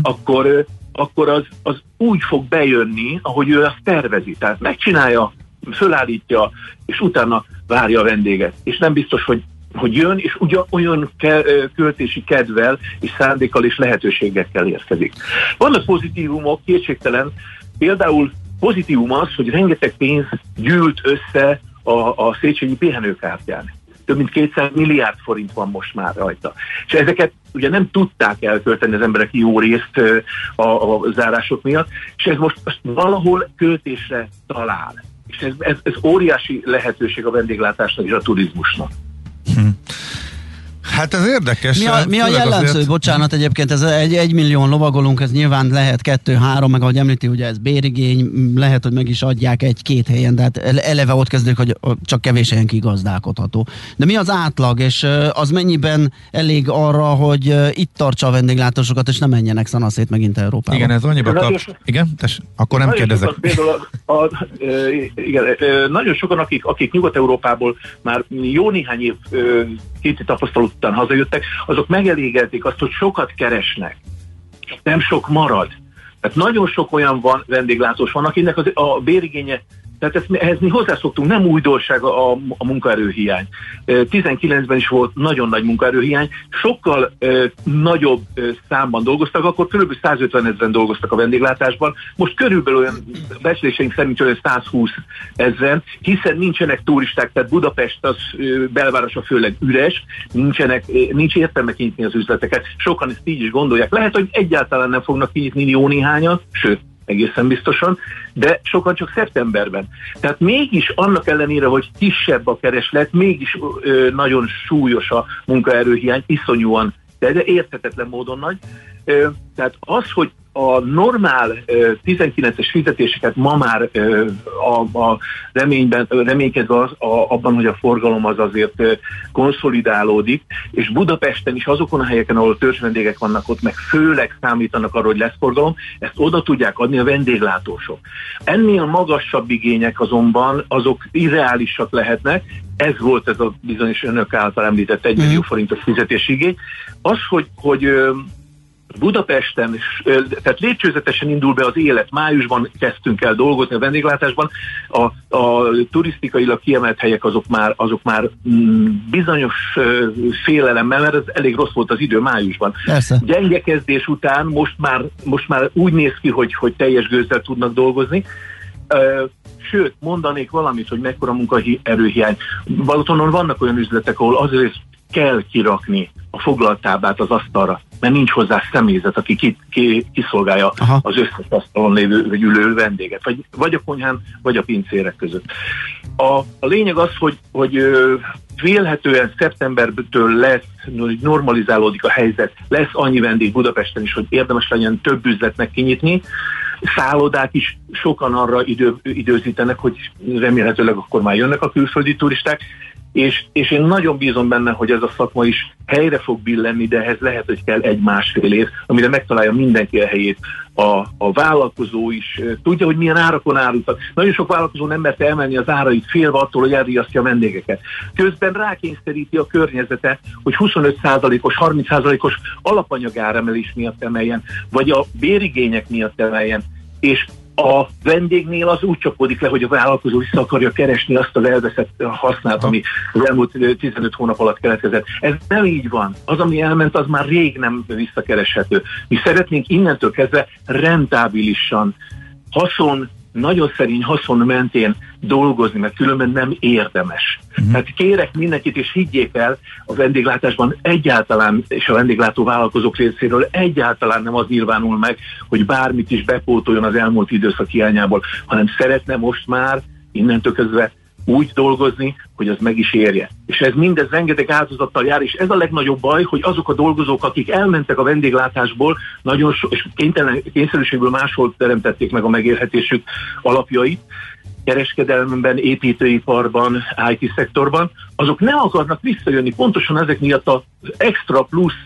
akkor az úgy fog bejönni, ahogy ő azt tervezi. Tehát megcsinálja, fölállítja, és utána várja a vendéget. És nem biztos, hogy jön, és olyan költési kedvel, és szándékkal, és lehetőségekkel érkezik. Vannak pozitívumok, kétségtelen, például pozitívum az, hogy rengeteg pénz gyűlt össze a Széchenyi pihenőkártyán. Több mint 200 milliárd forint van most már rajta. És ezeket ugye nem tudták elkölteni az emberek jó részt a zárások miatt, és ez most valahol költésre talál. És ez óriási lehetőség a vendéglátásnak és a turizmusnak. Hát ez érdekes. Mi a jellemző? Azért... Bocsánat, egyébként ez 1 millió lovagolunk, ez nyilván lehet 2-3, meg ahogy említi, ugye ez bérigény, lehet, hogy meg is adják 1-2 helyen, de hát eleve ott kezdődik, hogy csak kevés helyen kigazdálkodható. De mi az átlag, és az mennyiben elég arra, hogy itt tartsa a vendéglátósokat, és ne menjenek szanaszét megint Európába? Igen, ez annyiba kap... Igen? Akkor nem kérdezek. Nagyon sokan, akik Nyugat-Európából már jó néhány év kéti tapasztalat után hazajöttek, azok megelégelték azt, hogy sokat keresnek, nem sok marad. Tehát nagyon sok olyan vendéglátós van, akinek a bérigénye, tehát ehhez mi hozzászoktunk, nem újdonság a munkaerőhiány. 19-ben is volt nagyon nagy munkaerőhiány, sokkal nagyobb számban dolgoztak, akkor kb. 150 000 dolgoztak a vendéglátásban, most körülbelül olyan becsléseink szerint olyan 120 000, hiszen nincsenek turisták, tehát Budapest az belvárosa főleg üres, nincs értelme kinyitni az üzleteket. Sokan ezt így is gondolják. Lehet, hogy egyáltalán nem fognak kinyitni jó néhányan, sőt, egészen biztosan, de sokan csak szeptemberben. Tehát mégis annak ellenére, hogy kisebb a kereslet, mégis nagyon súlyos a munkaerőhiány, iszonyúan, de érthetetlen módon nagy. Tehát az, hogy a normál 19-es fizetéseket ma már a reménykedve abban, hogy a forgalom az azért konszolidálódik, és Budapesten is azokon a helyeken, ahol törzsvendégek vannak, ott meg főleg számítanak arra, hogy lesz forgalom, ezt oda tudják adni a vendéglátósok. Ennél magasabb igények azonban, azok irreálisak lehetnek, ez volt ez a bizonyos önök által említett 1 millió forintos fizetési igény. Az, hogy Budapesten, tehát lépcsőzetesen indul be az élet. Májusban kezdtünk el dolgozni a vendéglátásban. A turisztikailag kiemelt helyek azok már bizonyos félelemmel, mert ez elég rossz volt az idő májusban. Persze. Gyenge kezdés után most már úgy néz ki, hogy teljes gőzzel tudnak dolgozni. Sőt, mondanék valamit, hogy mekkora munkaerőhiány. Balotonon vannak olyan üzletek, ahol azért kell kirakni a foglalt táblát az asztalra, mert nincs hozzá személyzet, aki kiszolgálja az összes asztalon lévő vagy ülő vendéget, vagy a konyhán, vagy a pincérek között. A lényeg az, hogy vélhetően szeptembertől normalizálódik a helyzet, lesz annyi vendég Budapesten is, hogy érdemes legyen több üzletnek kinyitni. Szállodák is sokan arra időzítenek, hogy remélhetőleg akkor már jönnek a külföldi turisták, és én nagyon bízom benne, hogy ez a szakma is helyre fog billenni, de ehhez lehet, hogy kell 1-1,5 év, amire megtalálja mindenki a helyét. A vállalkozó is tudja, hogy milyen árakon árultak. Nagyon sok vállalkozó nem merte emelni az árait, félve attól, hogy elriasztja a vendégeket. Közben rákényszeríti a környezete, hogy 25%-os, 30%-os alapanyagáremelés miatt emeljen, vagy a bérigények miatt emeljen, és a vendégnél az úgy csapódik le, hogy a vállalkozó vissza akarja keresni azt az elveszett hasznát, ami az elmúlt 15 hónap alatt keletkezett. Ez nem így van. Az, ami elment, az már rég nem visszakereshető. Mi szeretnénk innentől kezdve rentábilisan, nagyon szerény haszon mentén dolgozni, mert különben nem érdemes. Tehát kérek mindenkit, és higgyék el, a vendéglátásban egyáltalán, és a vendéglátó vállalkozók részéről egyáltalán nem az nyilvánul meg, hogy bármit is bepótoljon az elmúlt időszak hiányából, hanem szeretne most már innentől kezdve úgy dolgozni, hogy az meg is érje. És ez mindez rengeteg áldozattal jár, és ez a legnagyobb baj, hogy azok a dolgozók, akik elmentek a vendéglátásból, és kényszerűségből máshol teremtették meg a megélhetésük alapjait, kereskedelemben, építőiparban, IT szektorban, azok nem akarnak visszajönni pontosan ezek miatt az extra plusz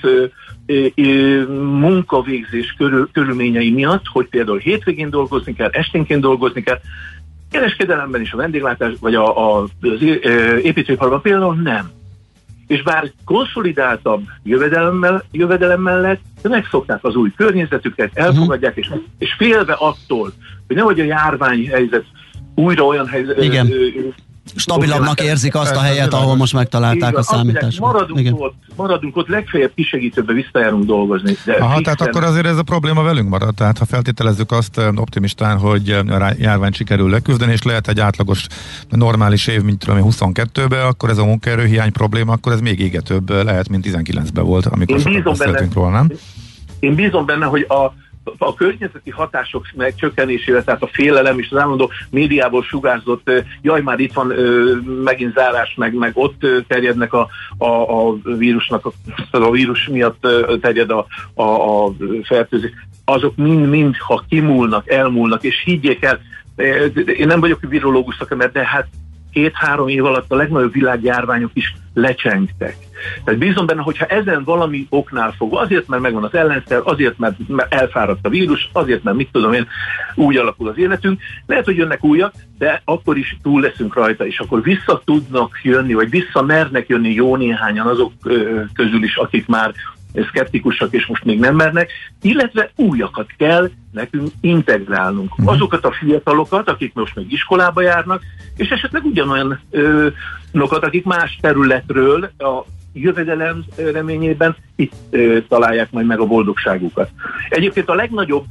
munkavégzés körülményei miatt, hogy például hétvégén dolgozni kell, esténként dolgozni kell, kereskedelemben is a vendéglátás, vagy az építőiparban például nem. És bár konszolidáltabb jövedelem mellett, de megszokták az új környezetüket, elfogadják, és félve attól, hogy nehogy a járványhelyzet újra olyan helyzet... Igen. Stabilabbnak érzik azt a helyet, ahol most megtalálták a számítást. Maradunk ott, legfeljebb kisegítőbe visszajárunk dolgozni. Tehát akkor azért ez a probléma velünk marad. Tehát ha feltételezzük azt optimistán, hogy a járvány sikerül leküzdeni, és lehet egy átlagos normális év, mint tudom, 22-ben, akkor ez a munkaerőhiány probléma, akkor ez még égetőbb lehet, mint 19-ben volt, amikor sokat beszéltünk róla, nem? Én bízom benne, hogy a környezeti hatások megcsökkenésével, tehát a félelem és az állandó médiából sugárzott, jaj, már itt van megint zárás, meg ott terjednek a vírusnak, a vírus miatt terjed a fertőzés. Azok mind, ha kimúlnak, elmúlnak, és higgyék el, én nem vagyok virológus szakember, de hát 2-3 év alatt a legnagyobb világjárványok is lecsengtek. Tehát bízom benne, hogyha ezen valami oknál fogva, azért, mert megvan az ellenszer, azért, mert elfáradt a vírus, azért, mert mit tudom én, úgy alakul az életünk, lehet, hogy jönnek újak, de akkor is túl leszünk rajta, és akkor vissza tudnak jönni, vagy vissza mernek jönni jó néhányan azok közül is, akik már szkeptikusak, és most még nem mernek, illetve újakat kell nekünk integrálnunk. Azokat a fiatalokat, akik most még iskolába járnak, és esetleg ugyanolyanokat, akik más területről a jövedelem reményében itt találják majd meg a boldogságukat. Egyébként a legnagyobb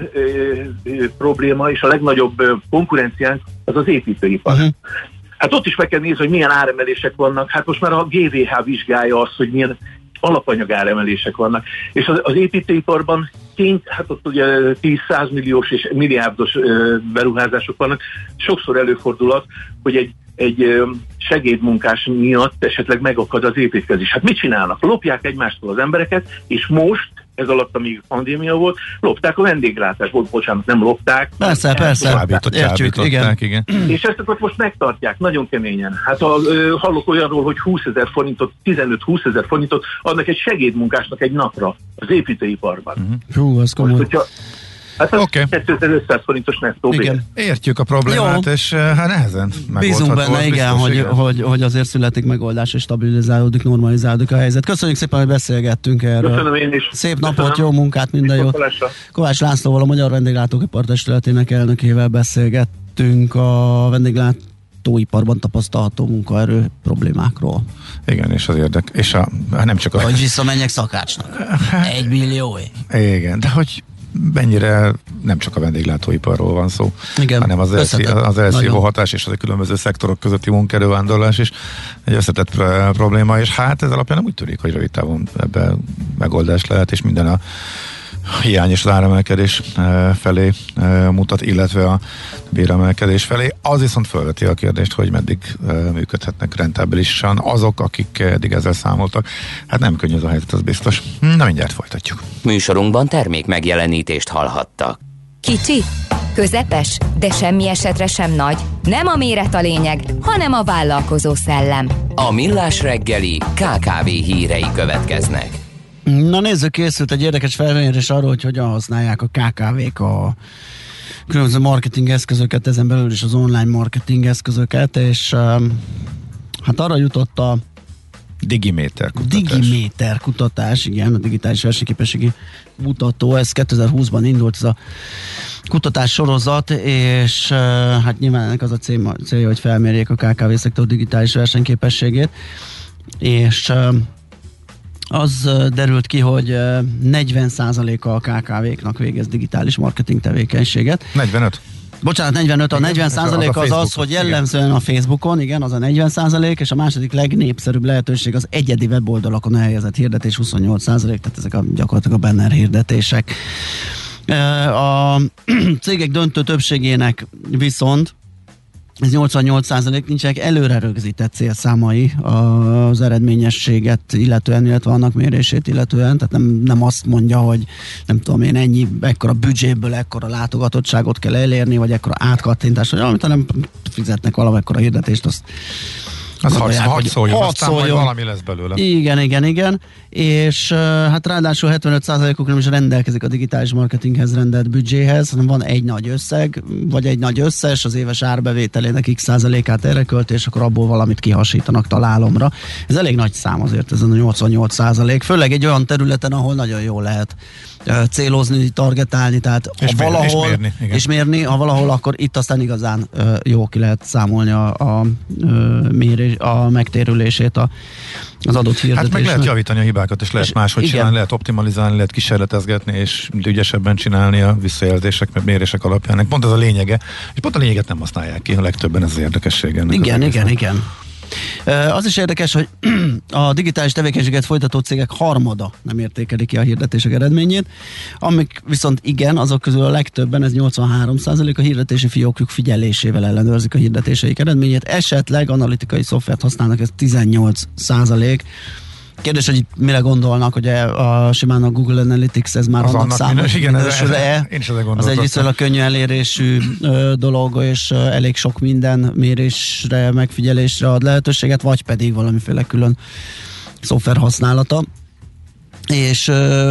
probléma és a legnagyobb konkurenciánk az az építőipar. Hát ott is meg kell nézni, hogy milyen áremelések vannak. Hát most már a GVH vizsgálja azt, hogy milyen alapanyag áremelések vannak. És az építőiparban hát ott ugye 10-100 milliós és milliárdos beruházások vannak. Sokszor előfordul az, hogy egy segédmunkás miatt esetleg megakad az építkezés. Hát mit csinálnak? Lopják egymástól az embereket, és most, ez alatt, amíg pandémia volt, lopták a vendéglátást. Bocsánat, nem lopták. Persze. Értjük, igen. És ezt akkor most megtartják, nagyon keményen. Hát hallok olyanról, hogy 20 000 forintot, 15-20 000 forintot adnak egy segédmunkásnak egy napra az építőiparban. Hú, ez komoly. Hát az 2500 forintos nettó bér. Értjük a problémát, és hát nehezen megoldható. Bízunk benne, igen, hogy azért születik megoldás, és stabilizálódik, normalizálódik a helyzet. Köszönjük szépen, hogy beszélgettünk erről. Köszönöm én is. Szép napot, jó munkát, minden jót. Kovács Lászlóval, a Magyar Vendéglátóipar Testületének elnökével beszélgettünk a vendéglátóiparban tapasztalható munkaerő problémákról. Igen, és az és nem csak hogy visszamenjek szakácsnak. 1 millió. Igen, de hogy mennyire nem csak a vendéglátóiparról van szó, igen, hanem az elszívó hatás és az a különböző szektorok közötti munkaerővándorlás is egy összetett probléma, és hát ez alapján nem úgy tűnik, hogy rövid távon ebben megoldás lehet, és minden a hiány és az áremelkedés felé mutat, illetve a béremelkedés felé. Az viszont felveti a kérdést, hogy meddig működhetnek rentábilisan azok, akik eddig ezzel számoltak. Hát nem könnyű ez a helyzet, az biztos. Na, mindjárt folytatjuk. Műsorunkban termék megjelenítést hallhattak. Kicsi, közepes, de semmi esetre sem nagy. Nem a méret a lényeg, hanem a vállalkozó szellem. A Millás reggeli KKV hírei következnek. Na nézzük, készült egy érdekes felmérés arról, hogy hogyan használják a KKV-k a különböző marketing eszközöket, ezen belül is az online marketing eszközöket, és hát arra jutott a Digiméter kutatás, igen, a digitális versenyképességi mutató, ez 2020-ban indult ez a kutatás sorozat, és hát nyilván ennek az a célja, hogy felmérjék a KKV-szektor digitális versenyképességét, és az derült ki, hogy 40%-a a KKV-knak végez digitális marketing tevékenységet. 45? Bocsánat, 45. A 40% az, hogy jellemzően a Facebookon, igen, az a 40%, és a második legnépszerűbb lehetőség az egyedi weboldalakon elhelyezett hirdetés, 28%, tehát ezek gyakorlatilag a banner hirdetések. A cégek döntő többségének viszont ez 88%, nincsenek előre rögzített célszámai az eredményességet illetően, illetve annak mérését illetően, tehát nem azt mondja, hogy nem tudom én, ekkora büdzséből ekkora látogatottságot kell elérni, vagy ekkora átkattintás, vagy valamit, hanem fizetnek valamekkora hirdetést, azt hadd szóljon, aztán majd valami lesz belőle. Igen. És hát ráadásul 75%-uk nem is rendelkezik a digitális marketinghez rendelt büdzséhez, hanem van egy nagy összeg, vagy egy nagy összes, az éves árbevételének x% erre költi, és akkor abból valamit kihasítanak találomra. Ez elég nagy szám azért, ez a 88%, főleg egy olyan területen, ahol nagyon jól lehet célozni, targetálni, tehát és mérni, ha valahol, akkor itt aztán igazán jó ki lehet számolni a megtérülését az adott hirdetésnek. Hát meg lehet javítani a hibákat, és lehet máshogy csinálni, lehet optimalizálni, lehet kísérletezgetni, és ügyesebben csinálni a visszajelzések, meg mérések alapján. Pont ez a lényege, és pont a lényeget nem használják ki, a legtöbben ez az érdekessége. Igen. Az is érdekes, hogy a digitális tevékenységet folytató cégek harmada nem értékeli ki a hirdetések eredményét, amik viszont igen, azok közül a legtöbben, ez 83%, a hirdetési fiókjuk figyelésével ellenőrzik a hirdetéseik eredményét, esetleg analitikai szoftvert használnak, ez 18%. Kérdés, hogy mire gondolnak, hogy simán a Google Analytics ez már annak számos minősül-e? Az egy viszonylag könnyű elérésű dolog, és elég sok minden mérésre, megfigyelésre ad lehetőséget, vagy pedig valamiféle külön szoftver használata. És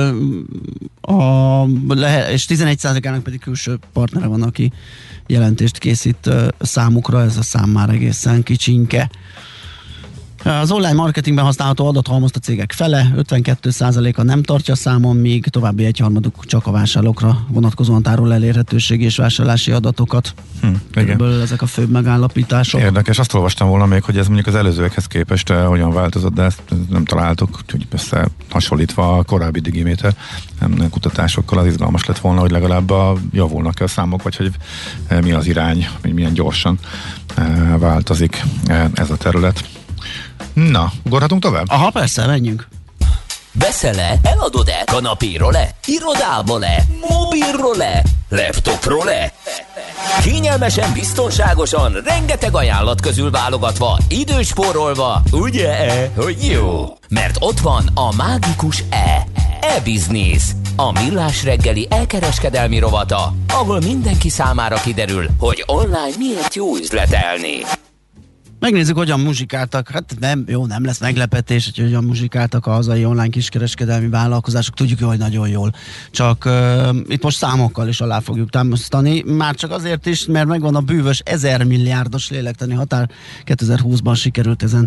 11%-ának pedig külső partnere van, aki jelentést készít számukra, ez a szám már egészen kicsinke. Az online marketingben használható adathalmazt a cégek fele, 52%-a nem tartja számon, míg további egyharmaduk csak a vásárlókra vonatkozóan tárol elérhetőségi és vásárlási adatokat. Ebből ezek a főbb megállapítások. Érdekes, azt olvastam volna még, hogy ez mondjuk az előzőekhez képest hogyan változott, de ezt nem találtuk, úgyhogy össze hasonlítva a korábbi Digiméter kutatásokkal az izgalmas lett volna, hogy legalább javulnak a számok, vagy hogy mi az irány, hogy milyen gyorsan változik ez a terület. Na, ugorhatunk tovább? Aha, persze, menjünk. Veszel-e? Eladod-e? Kanapéról-e? Irodából-e? Mobilról-e? Laptopról-e? Kényelmesen, biztonságosan, rengeteg ajánlat közül válogatva, időspórolva, ugye-e, hogy jó? Mert ott van a mágikus e-business, a millás reggeli elkereskedelmi rovata, ahol mindenki számára kiderül, hogy online miért jó üzletelni. Megnézzük, hogyan muzsikáltak. Hát nem lesz meglepetés, hogy hogyan muzsikáltak a hazai online kiskereskedelmi vállalkozások. Tudjuk, hogy nagyon jól. Csak itt most számokkal is alá fogjuk támasztani. Már csak azért is, mert megvan a bűvös 1000 milliárdos lélektani határ. 2020-ban sikerült ezen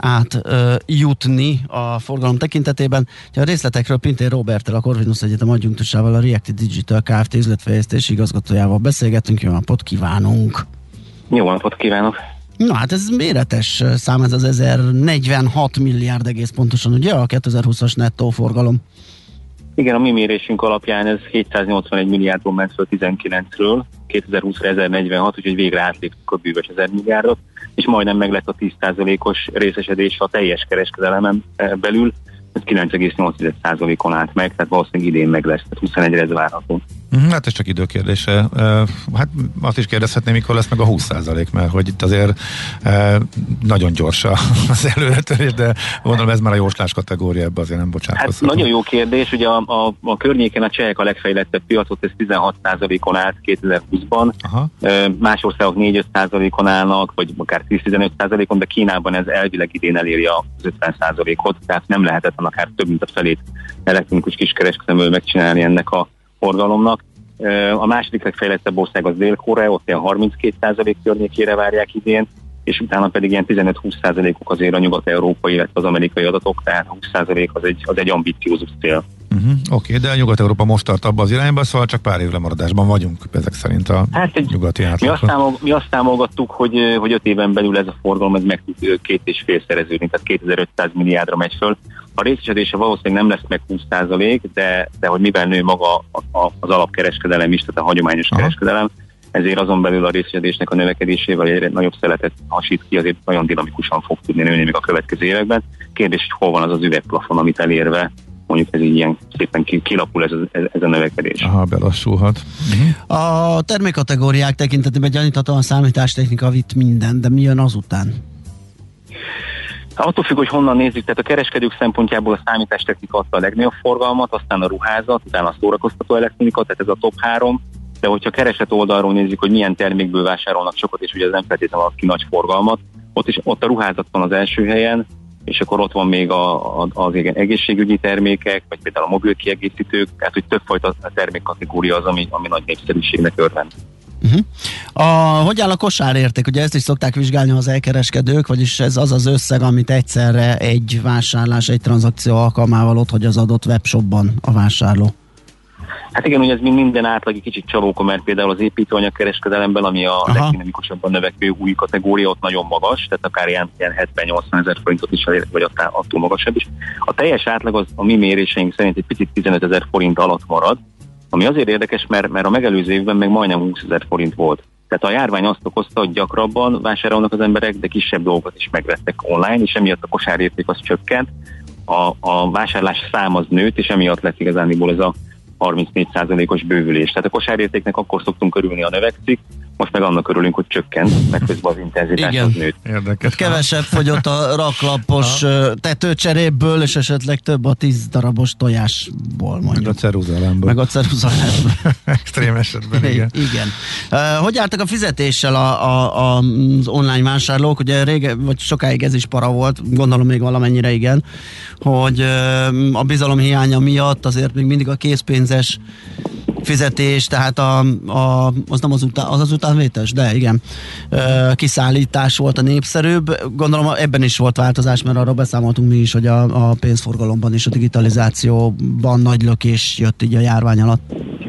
átjutni a forgalom tekintetében. A részletekről Pintér Róberttel, a Corvinus Egyetem adjunktusával, a React Digital Kft. Üzletfejlesztési igazgatójával beszélgetünk. Jó napot kívánunk! Jó napot kívánok! Na hát ez méretes szám, ez az 1046 milliárd egész pontosan, ugye a 2020-as nettó forgalom? Igen, a mi mérésünk alapján ez 781 milliárdról ment föl 19-ről, 2020-ra 1046, úgyhogy végre átléptük a bűvös 1000 milliárdot, és majdnem meg lett a 10%-os részesedés a teljes kereskedelemen belül, ez 9,8%-on állt meg, tehát valószínűleg idén meg lesz, tehát 21-re ez várható. Hát ez csak időkérdése. Hát azt is kérdezhetném, mikor lesz meg a 20%, mert hogy itt azért nagyon gyors az előretörés, de gondolom ez már a jóslás kategória, ebbe azért nem bocsátkozhatunk. Hát nagyon jó kérdés, ugye a környéken a csehek a legfejlettebb piacot, ez 16%-on állt 2020-ban, más országok 4-5%-on állnak, vagy akár 10-15%-on, de Kínában ez elvileg idén eléri az 50%-ot, tehát nem lehetetlen akár több mint a felét elektronikus kiskereskedelemből megcsinálni ennek a forgalomnak. A második legfejlettebb ország az Dél-Korea, ott ilyen 32% környékére várják idén, és utána pedig ilyen 15-20%-ok azért a nyugat-európai, illetve az amerikai adatok, tehát 20% az egy ambiciózus cél. Oké, de a Nyugat-Európa most tart abba az irányba, szóval csak pár év lemaradásban vagyunk ezek szerint a nyugati átlagról. Mi azt számolgattuk, hogy 5 éven belül ez a forgalom ez meg tud 2,5-szereződni, tehát 2500 milliárdra megy föl. A részesedése valószínűleg nem lesz meg 20%, de hogy mivel nő maga az alapkereskedelem is, tehát a hagyományos kereskedelem, ezért azon belül a részesedésnek a növekedésével egyre nagyobb szeletet hasít ki, azért nagyon dinamikusan fog tudni nőni még a következő években. Kérdés, hogy hol van az az üvegplafon, amit elérve mondjuk ez így ilyen szépen kilapul ez a növekedés. Belassulhat. A termékkategóriák tekintetében gyaníthatóan számítástechnika vitt minden, de mi jön azután? Attól függ, hogy honnan nézzük, tehát a kereskedők szempontjából a számítástechnika adta a legnagyobb forgalmat, aztán a ruházat, utána a szórakoztató elektronika, tehát ez a top 3, de hogyha kereslet oldalról nézzük, hogy milyen termékből vásárolnak sokat, és ugye ez nem feltétlenül ad ki nagy forgalmat, ott a ruházat van az első helyen, és akkor ott van még az egészségügyi termékek, vagy például a mobil kiegészítők, tehát hogy többfajta termékkategória az, ami nagy népszerűségnek örvend. Hogy áll a kosárérték? Ugye ezt is szokták vizsgálni az elkereskedők, vagyis ez az az összeg, amit egyszerre egy vásárlás, egy tranzakció alkalmával ott hagy az adott webshopban a vásárló. Hát igen, ugye ez minden átlag egy kicsit csalóka, mert például az építőanyagkereskedelemben, ami a legdinamikusabban növekvő új kategória, ott nagyon magas, tehát akár ilyen 70-80 ezer forintot is elér, vagy attól magasabb is. A teljes átlag az a mi méréseink szerint egy picit 15 000 forint alatt marad, ami azért érdekes, mert a megelőző évben meg majdnem 20 000 forint volt. Tehát a járvány azt okozta, hogy gyakrabban vásárolnak az emberek, de kisebb dolgokat is megvettek online, és emiatt a kosárérték az csökkent, a vásárlás szám az nőtt, és emiatt lett igazániból ez a 34%-os bővülés. Tehát a kosárértéknek akkor szoktunk örülni, a növekszik, most meg annak örülünk, hogy csökkent, meg közben az intenzitás az nőtt. Érdekes. Kevesebb fogyott a raklapos tetőcseréből, és esetleg több a 10 darabos tojásból mondjuk. Meg a ceruzalámból. Extrém esetben, igen. Igen. Hogy álltak a fizetéssel az online vásárlók? Ugye régen, vagy sokáig ez is para volt, gondolom még valamennyire igen, hogy a bizalom hiánya miatt azért még mindig a készpénzes fizetés, tehát az nem az utánvétes, de igen, kiszállítás volt a népszerűbb. Gondolom ebben is volt változás, mert arra beszámoltunk mi is, hogy a pénzforgalomban és a digitalizációban nagy lökés jött így a járvány alatt.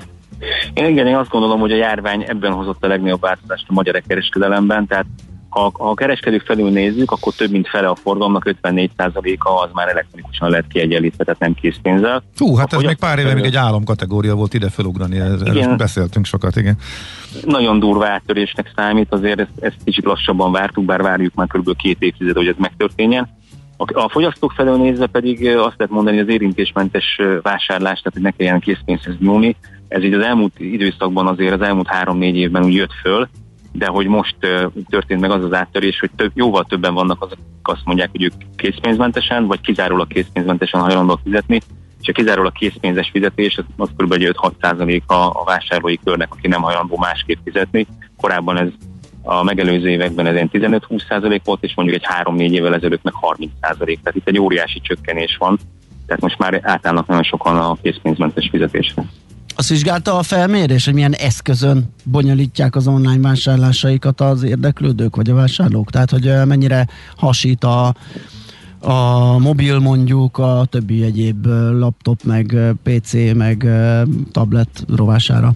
Én azt gondolom, hogy a járvány ebben hozott a legnagyobb változást a magyar kereskedelemben, tehát ha a kereskedők felül nézzük, akkor több mint fele a forgalomnak, 54%-a az már elektronikusan lett kiegyenlítve, tehát nem készpénzzel. Hát ez még pár éve még egy álomkategória volt ide felugrani, erről beszéltünk sokat, igen. Nagyon durva áttörésnek számít, azért ezt kicsit lassabban vártuk, bár várjuk már kb. 2 évtized, hogy ez megtörténjen. A fogyasztók felől nézve pedig azt lehet mondani, hogy az érintésmentes vásárlás, tehát hogy ne kelljen készpénzhez nyúlni, ez így az elmúlt időszakban azért az elmúlt 3-4 évben úgy jött föl, de hogy most történt meg az az áttörés, hogy jóval többen vannak azok, azt mondják, hogy ők készpénzmentesen, vagy kizárólag készpénzmentesen hajlandóak fizetni, és a kizárólag készpénzes fizetés az kb. 5-6% a vásárlói körnek, aki nem hajlandó másképp fizetni. Korábban ez a megelőző években ez 15-20% volt, és mondjuk egy 3-4 évvel ezelőtt meg 30%. Tehát itt egy óriási csökkenés van, tehát most már átállnak nagyon sokan a készpénzmentes fizetésre. Azt vizsgálta a felmérés, hogy milyen eszközön bonyolítják az online vásárlásaikat az érdeklődők vagy a vásárlók? Tehát, hogy mennyire hasít a mobil mondjuk, a többi egyéb laptop, meg PC, meg tablet rovására?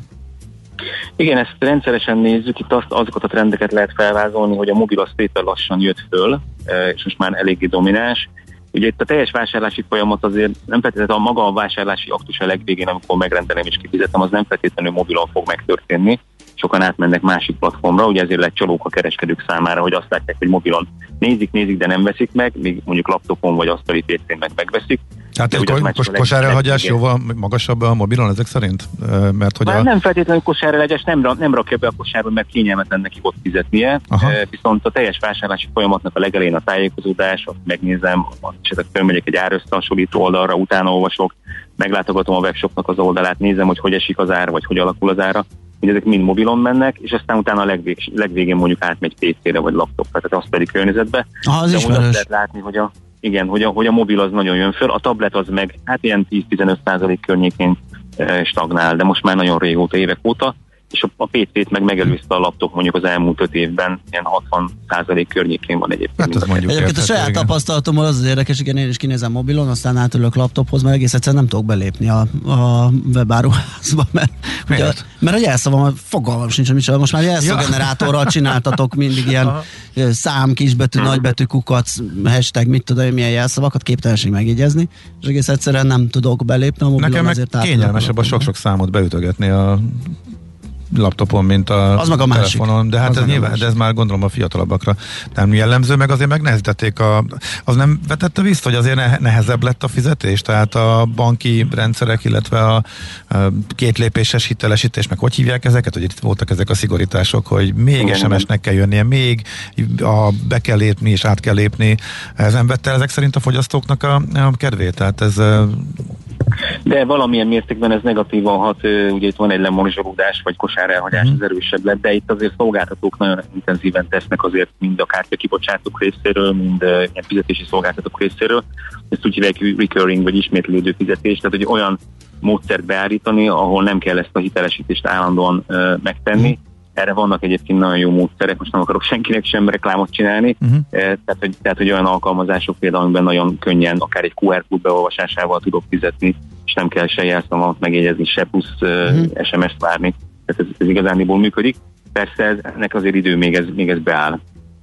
Igen, ezt rendszeresen nézzük, itt azokat a trendeket lehet felvázolni, hogy a mobil az szépen lassan jött föl, és most már eléggé domináns. Ugye itt a teljes vásárlási folyamat azért nem feltétlenül a maga a vásárlási aktus a legvégén, amikor megrendelem és kifizetem, az nem feltétlenül mobilon fog megtörténni. Sokan átmennek másik platformra, ugye ezért lett csalók a kereskedők számára, hogy azt látják, hogy mobilon nézik, de nem veszik meg, még mondjuk laptopon vagy asztali PC-n megveszik. Hát egy kosárelhagyás jóval magasabb a mobilon ezek szerint? Mert hogy nem feltétlenül kosárelhagyás, nem rakja be a kosárba, mert kényelmetlen neki ott fizetnie. Viszont a teljes vásárlási folyamatnak a legelején a tájékozódás, azt megnézem, esetleg fölmegyek egy árösszehasonlító oldalra, utána olvasok, meglátogatom a webshopnak az oldalát, nézem, hogy esik az ár, vagy hogy alakul az ára. Ugye ezek mind mobilon mennek, és aztán utána a legvégén mondjuk átmegy PC-re vagy laptopra, tehát azt pedig környezetbe. Az is lehet látni, hogy a mobil az nagyon jön föl, a tablet az meg hát ilyen 10-15% környékén stagnál, de most már nagyon régóta, évek óta, és a PC-t meg megelőzte a laptop mondjuk az elmúlt 5 évben, ilyen 60% környékén van egyébként. Hát egyébként a saját tapasztalatommal az érdekes, igen, én is kinézem mobilon, aztán átülök laptophoz, mert egész egyszerűen nem tudok belépni a webáruházba, mert a jelszavam, fogalmam sincs, most már jelszógenerátorral csináltatok mindig ilyen szám, kisbetű, nagybetű, kukac, hashtag, mit tudom én, milyen jelszavakat, képtelenség megjegyezni, és egész egyszerűen nem tudok belépni a mobilon. Nekem meg kényelmesebb a sok-sok számot beütögetni a laptopon, mint a telefonon, de hát ez nyilván, de ez már gondolom a fiatalabbakra nem jellemző, meg azért megnehezítették az nem vetette vissza, hogy azért nehezebb lett a fizetés, tehát a banki rendszerek, illetve a kétlépéses hitelesítés, meg hogy hívják ezeket, hogy itt voltak ezek a szigorítások, hogy még SMS-nek kell jönnie, még be kell lépni és át kell lépni. Ez nem vette ezek szerint a fogyasztóknak a kedvét, tehát ez de valamilyen mértékben ez negatívan hat, ugye itt van egy lemorzsolódás, vagy kosárelhagyás az erősebb lett, de itt azért szolgáltatók nagyon intenzíven tesznek azért mind a kártyakibocsátók részéről, mind ilyen fizetési szolgáltatók részéről. Ezt úgy hívják recurring, vagy ismétlődő fizetés, tehát hogy olyan módszert beállítani, ahol nem kell ezt a hitelesítést állandóan megtenni. Erre vannak egyébként nagyon jó módszerek, most nem akarok senkinek sem reklámot csinálni, tehát, hogy olyan alkalmazások például, amiben nagyon könnyen akár egy QR kód beolvasásával tudok fizetni, és nem kell se jelszavamat megjegyezni, se plusz SMS-t várni. Tehát ez igazániból működik. Persze ennek azért idő még ez beáll.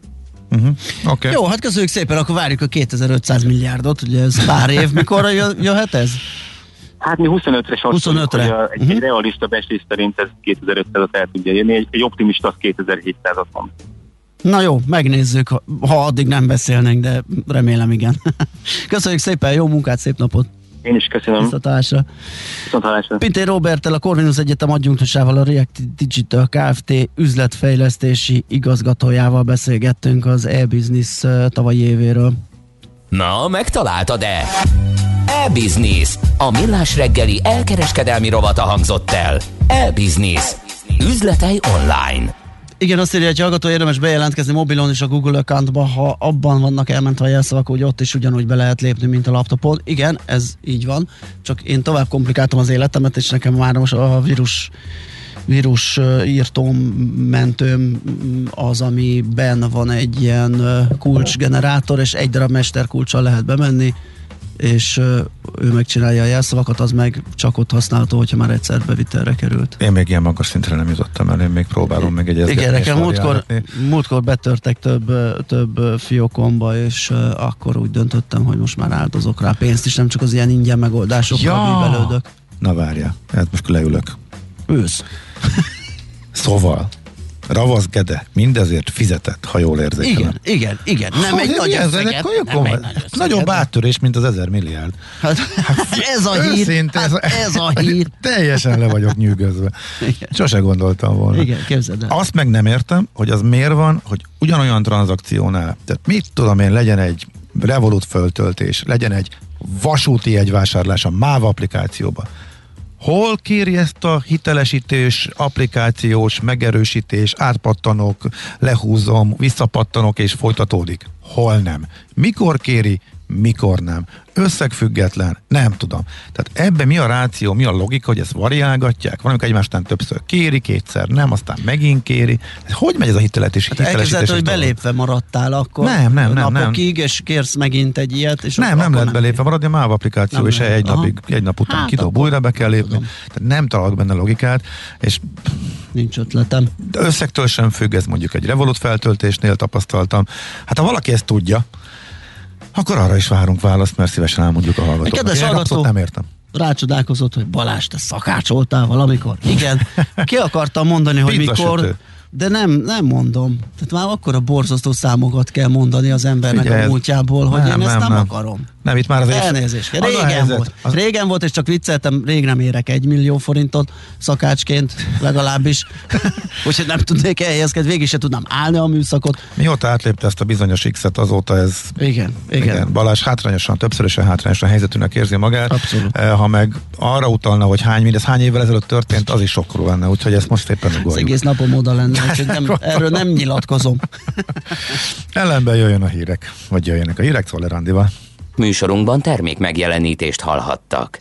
Okay. Jó, hát köszönjük szépen, akkor várjuk a 2500 milliárdot, ugye ez pár év, mikorra jöhet ez? Hát mi 25-re sorsoljuk, hogy egy realista becslés szerint ez 2500-at el tudja jönni, egy optimista az 2700-at van. Na jó, megnézzük, ha addig nem beszélnénk, de remélem igen. Köszönjük szépen, jó munkát, szép napot! Én is köszönöm. Viszontlátásra. Pintér Róberttel, a Corvinus Egyetem adjunktusával, a React Digital Kft. Üzletfejlesztési igazgatójával beszélgettünk az e-business tavalyi évéről. Na, megtaláltad-e? E-Business. A millás reggeli elkereskedelmi rovata hangzott el. E-Business. Üzletei online. Igen, azt írja, hogy hallgató, érdemes bejelentkezni mobilon és a Google accountba, ha abban vannak elmentve a jelszavak, hogy ott is ugyanúgy be lehet lépni, mint a laptopon. Igen, ez így van, csak én tovább komplikáltam az életemet, és nekem már most a vírus írtóm mentőm az, amiben van egy ilyen kulcsgenerátor, és egy darab mesterkulccsal lehet bemenni, és ő megcsinálja a jelszavakat, az meg csak ott használható, hogyha már egyszer bevitelre került. Én még ilyen magas szintre nem jutottam el, én még próbálom meg egyezgetni. Igen, nekem múltkor betörtek több fiókomba, és akkor úgy döntöttem, hogy most már áldozok rá pénzt is, nem csak az ilyen ingyen megoldásokra bíbelődök. Na várja, hát most leülök. Ősz. Szóval Ravasz Gede mindezért fizetett, ha jól érzékelem. Igen. Nem egy nagy összeget. Nagyobb áttörés, mint az 1000 milliárd. Hát, ez a hír. Ez a hír. Teljesen le vagyok nyűgözve. Sose gondoltam volna. Igen, képzeld el. Azt meg nem értem, hogy az miért van, hogy ugyanolyan tranzakciónál, tehát mit tudom én, legyen egy Revolut föltöltés, legyen egy vasúti jegyvásárlás a MÁV applikációba. Hol kéri ezt a hitelesítés, applikációs, megerősítés, átpattanok, lehúzom, visszapattanok és folytatódik? Hol nem? Mikor kéri, mikor nem? Összegfüggetlen? Nem tudom. Tehát ebben mi a ráció, mi a logika, hogy ezt variálgatják? Van, amikor egymástán többször kéri, kétszer nem, aztán megint kéri. Hogy megy ez a hitelesítés? Hát elképzelhető, hogy belépve maradtál akkor nem, napokig, és kérsz megint egy ilyet, és nem lehet belépve maradni, a MÁV applikáció, és egy nap után kidob, újra be kell lépni. Tehát nem találok benne logikát, és nincs ötletem. Összegtől sem függ, ez mondjuk egy Revolut feltöltésnél tapasztaltam. Hát ha valaki ezt tudja, akkor arra is várunk választ, mert szívesen elmondjuk a hallgatókat. Kedves hallgató, nem értem. Rácsodálkozott, hogy Balázs, te szakácsoltál valamikor. Igen, ki akartam mondani, hogy mikor, de nem mondom. Tehát már akkor a borzasztó számokat kell mondani az embernek a múltjából, hogy én ezt nem akarom. Nem, itt már az elnézést. Régen volt, és csak vicceltem, rég nem érek 1 millió forintot szakácsként legalábbis. Úgyhogy nem tudnék elhelyezkedni, végig se tudnám állni a műszakot. Mióta átlépte ezt a bizonyos X-et, azóta ez... Igen. Balázs többszörösen hátrányosan helyzetűnek érzi magát. Abszolút. Ha meg arra utalna, hogy mindez hány évvel ezelőtt történt, az is sokkoló lenne, úgyhogy ezt most éppen ugorjuk. Az egész napom oda lenne, úgyhogy erről nem nyilatkozom. Ellenben jöjjön a hírek, vagy jöjjenek a hírek, Czoller Andival. Műsorunkban termék megjelenítést hallhattak.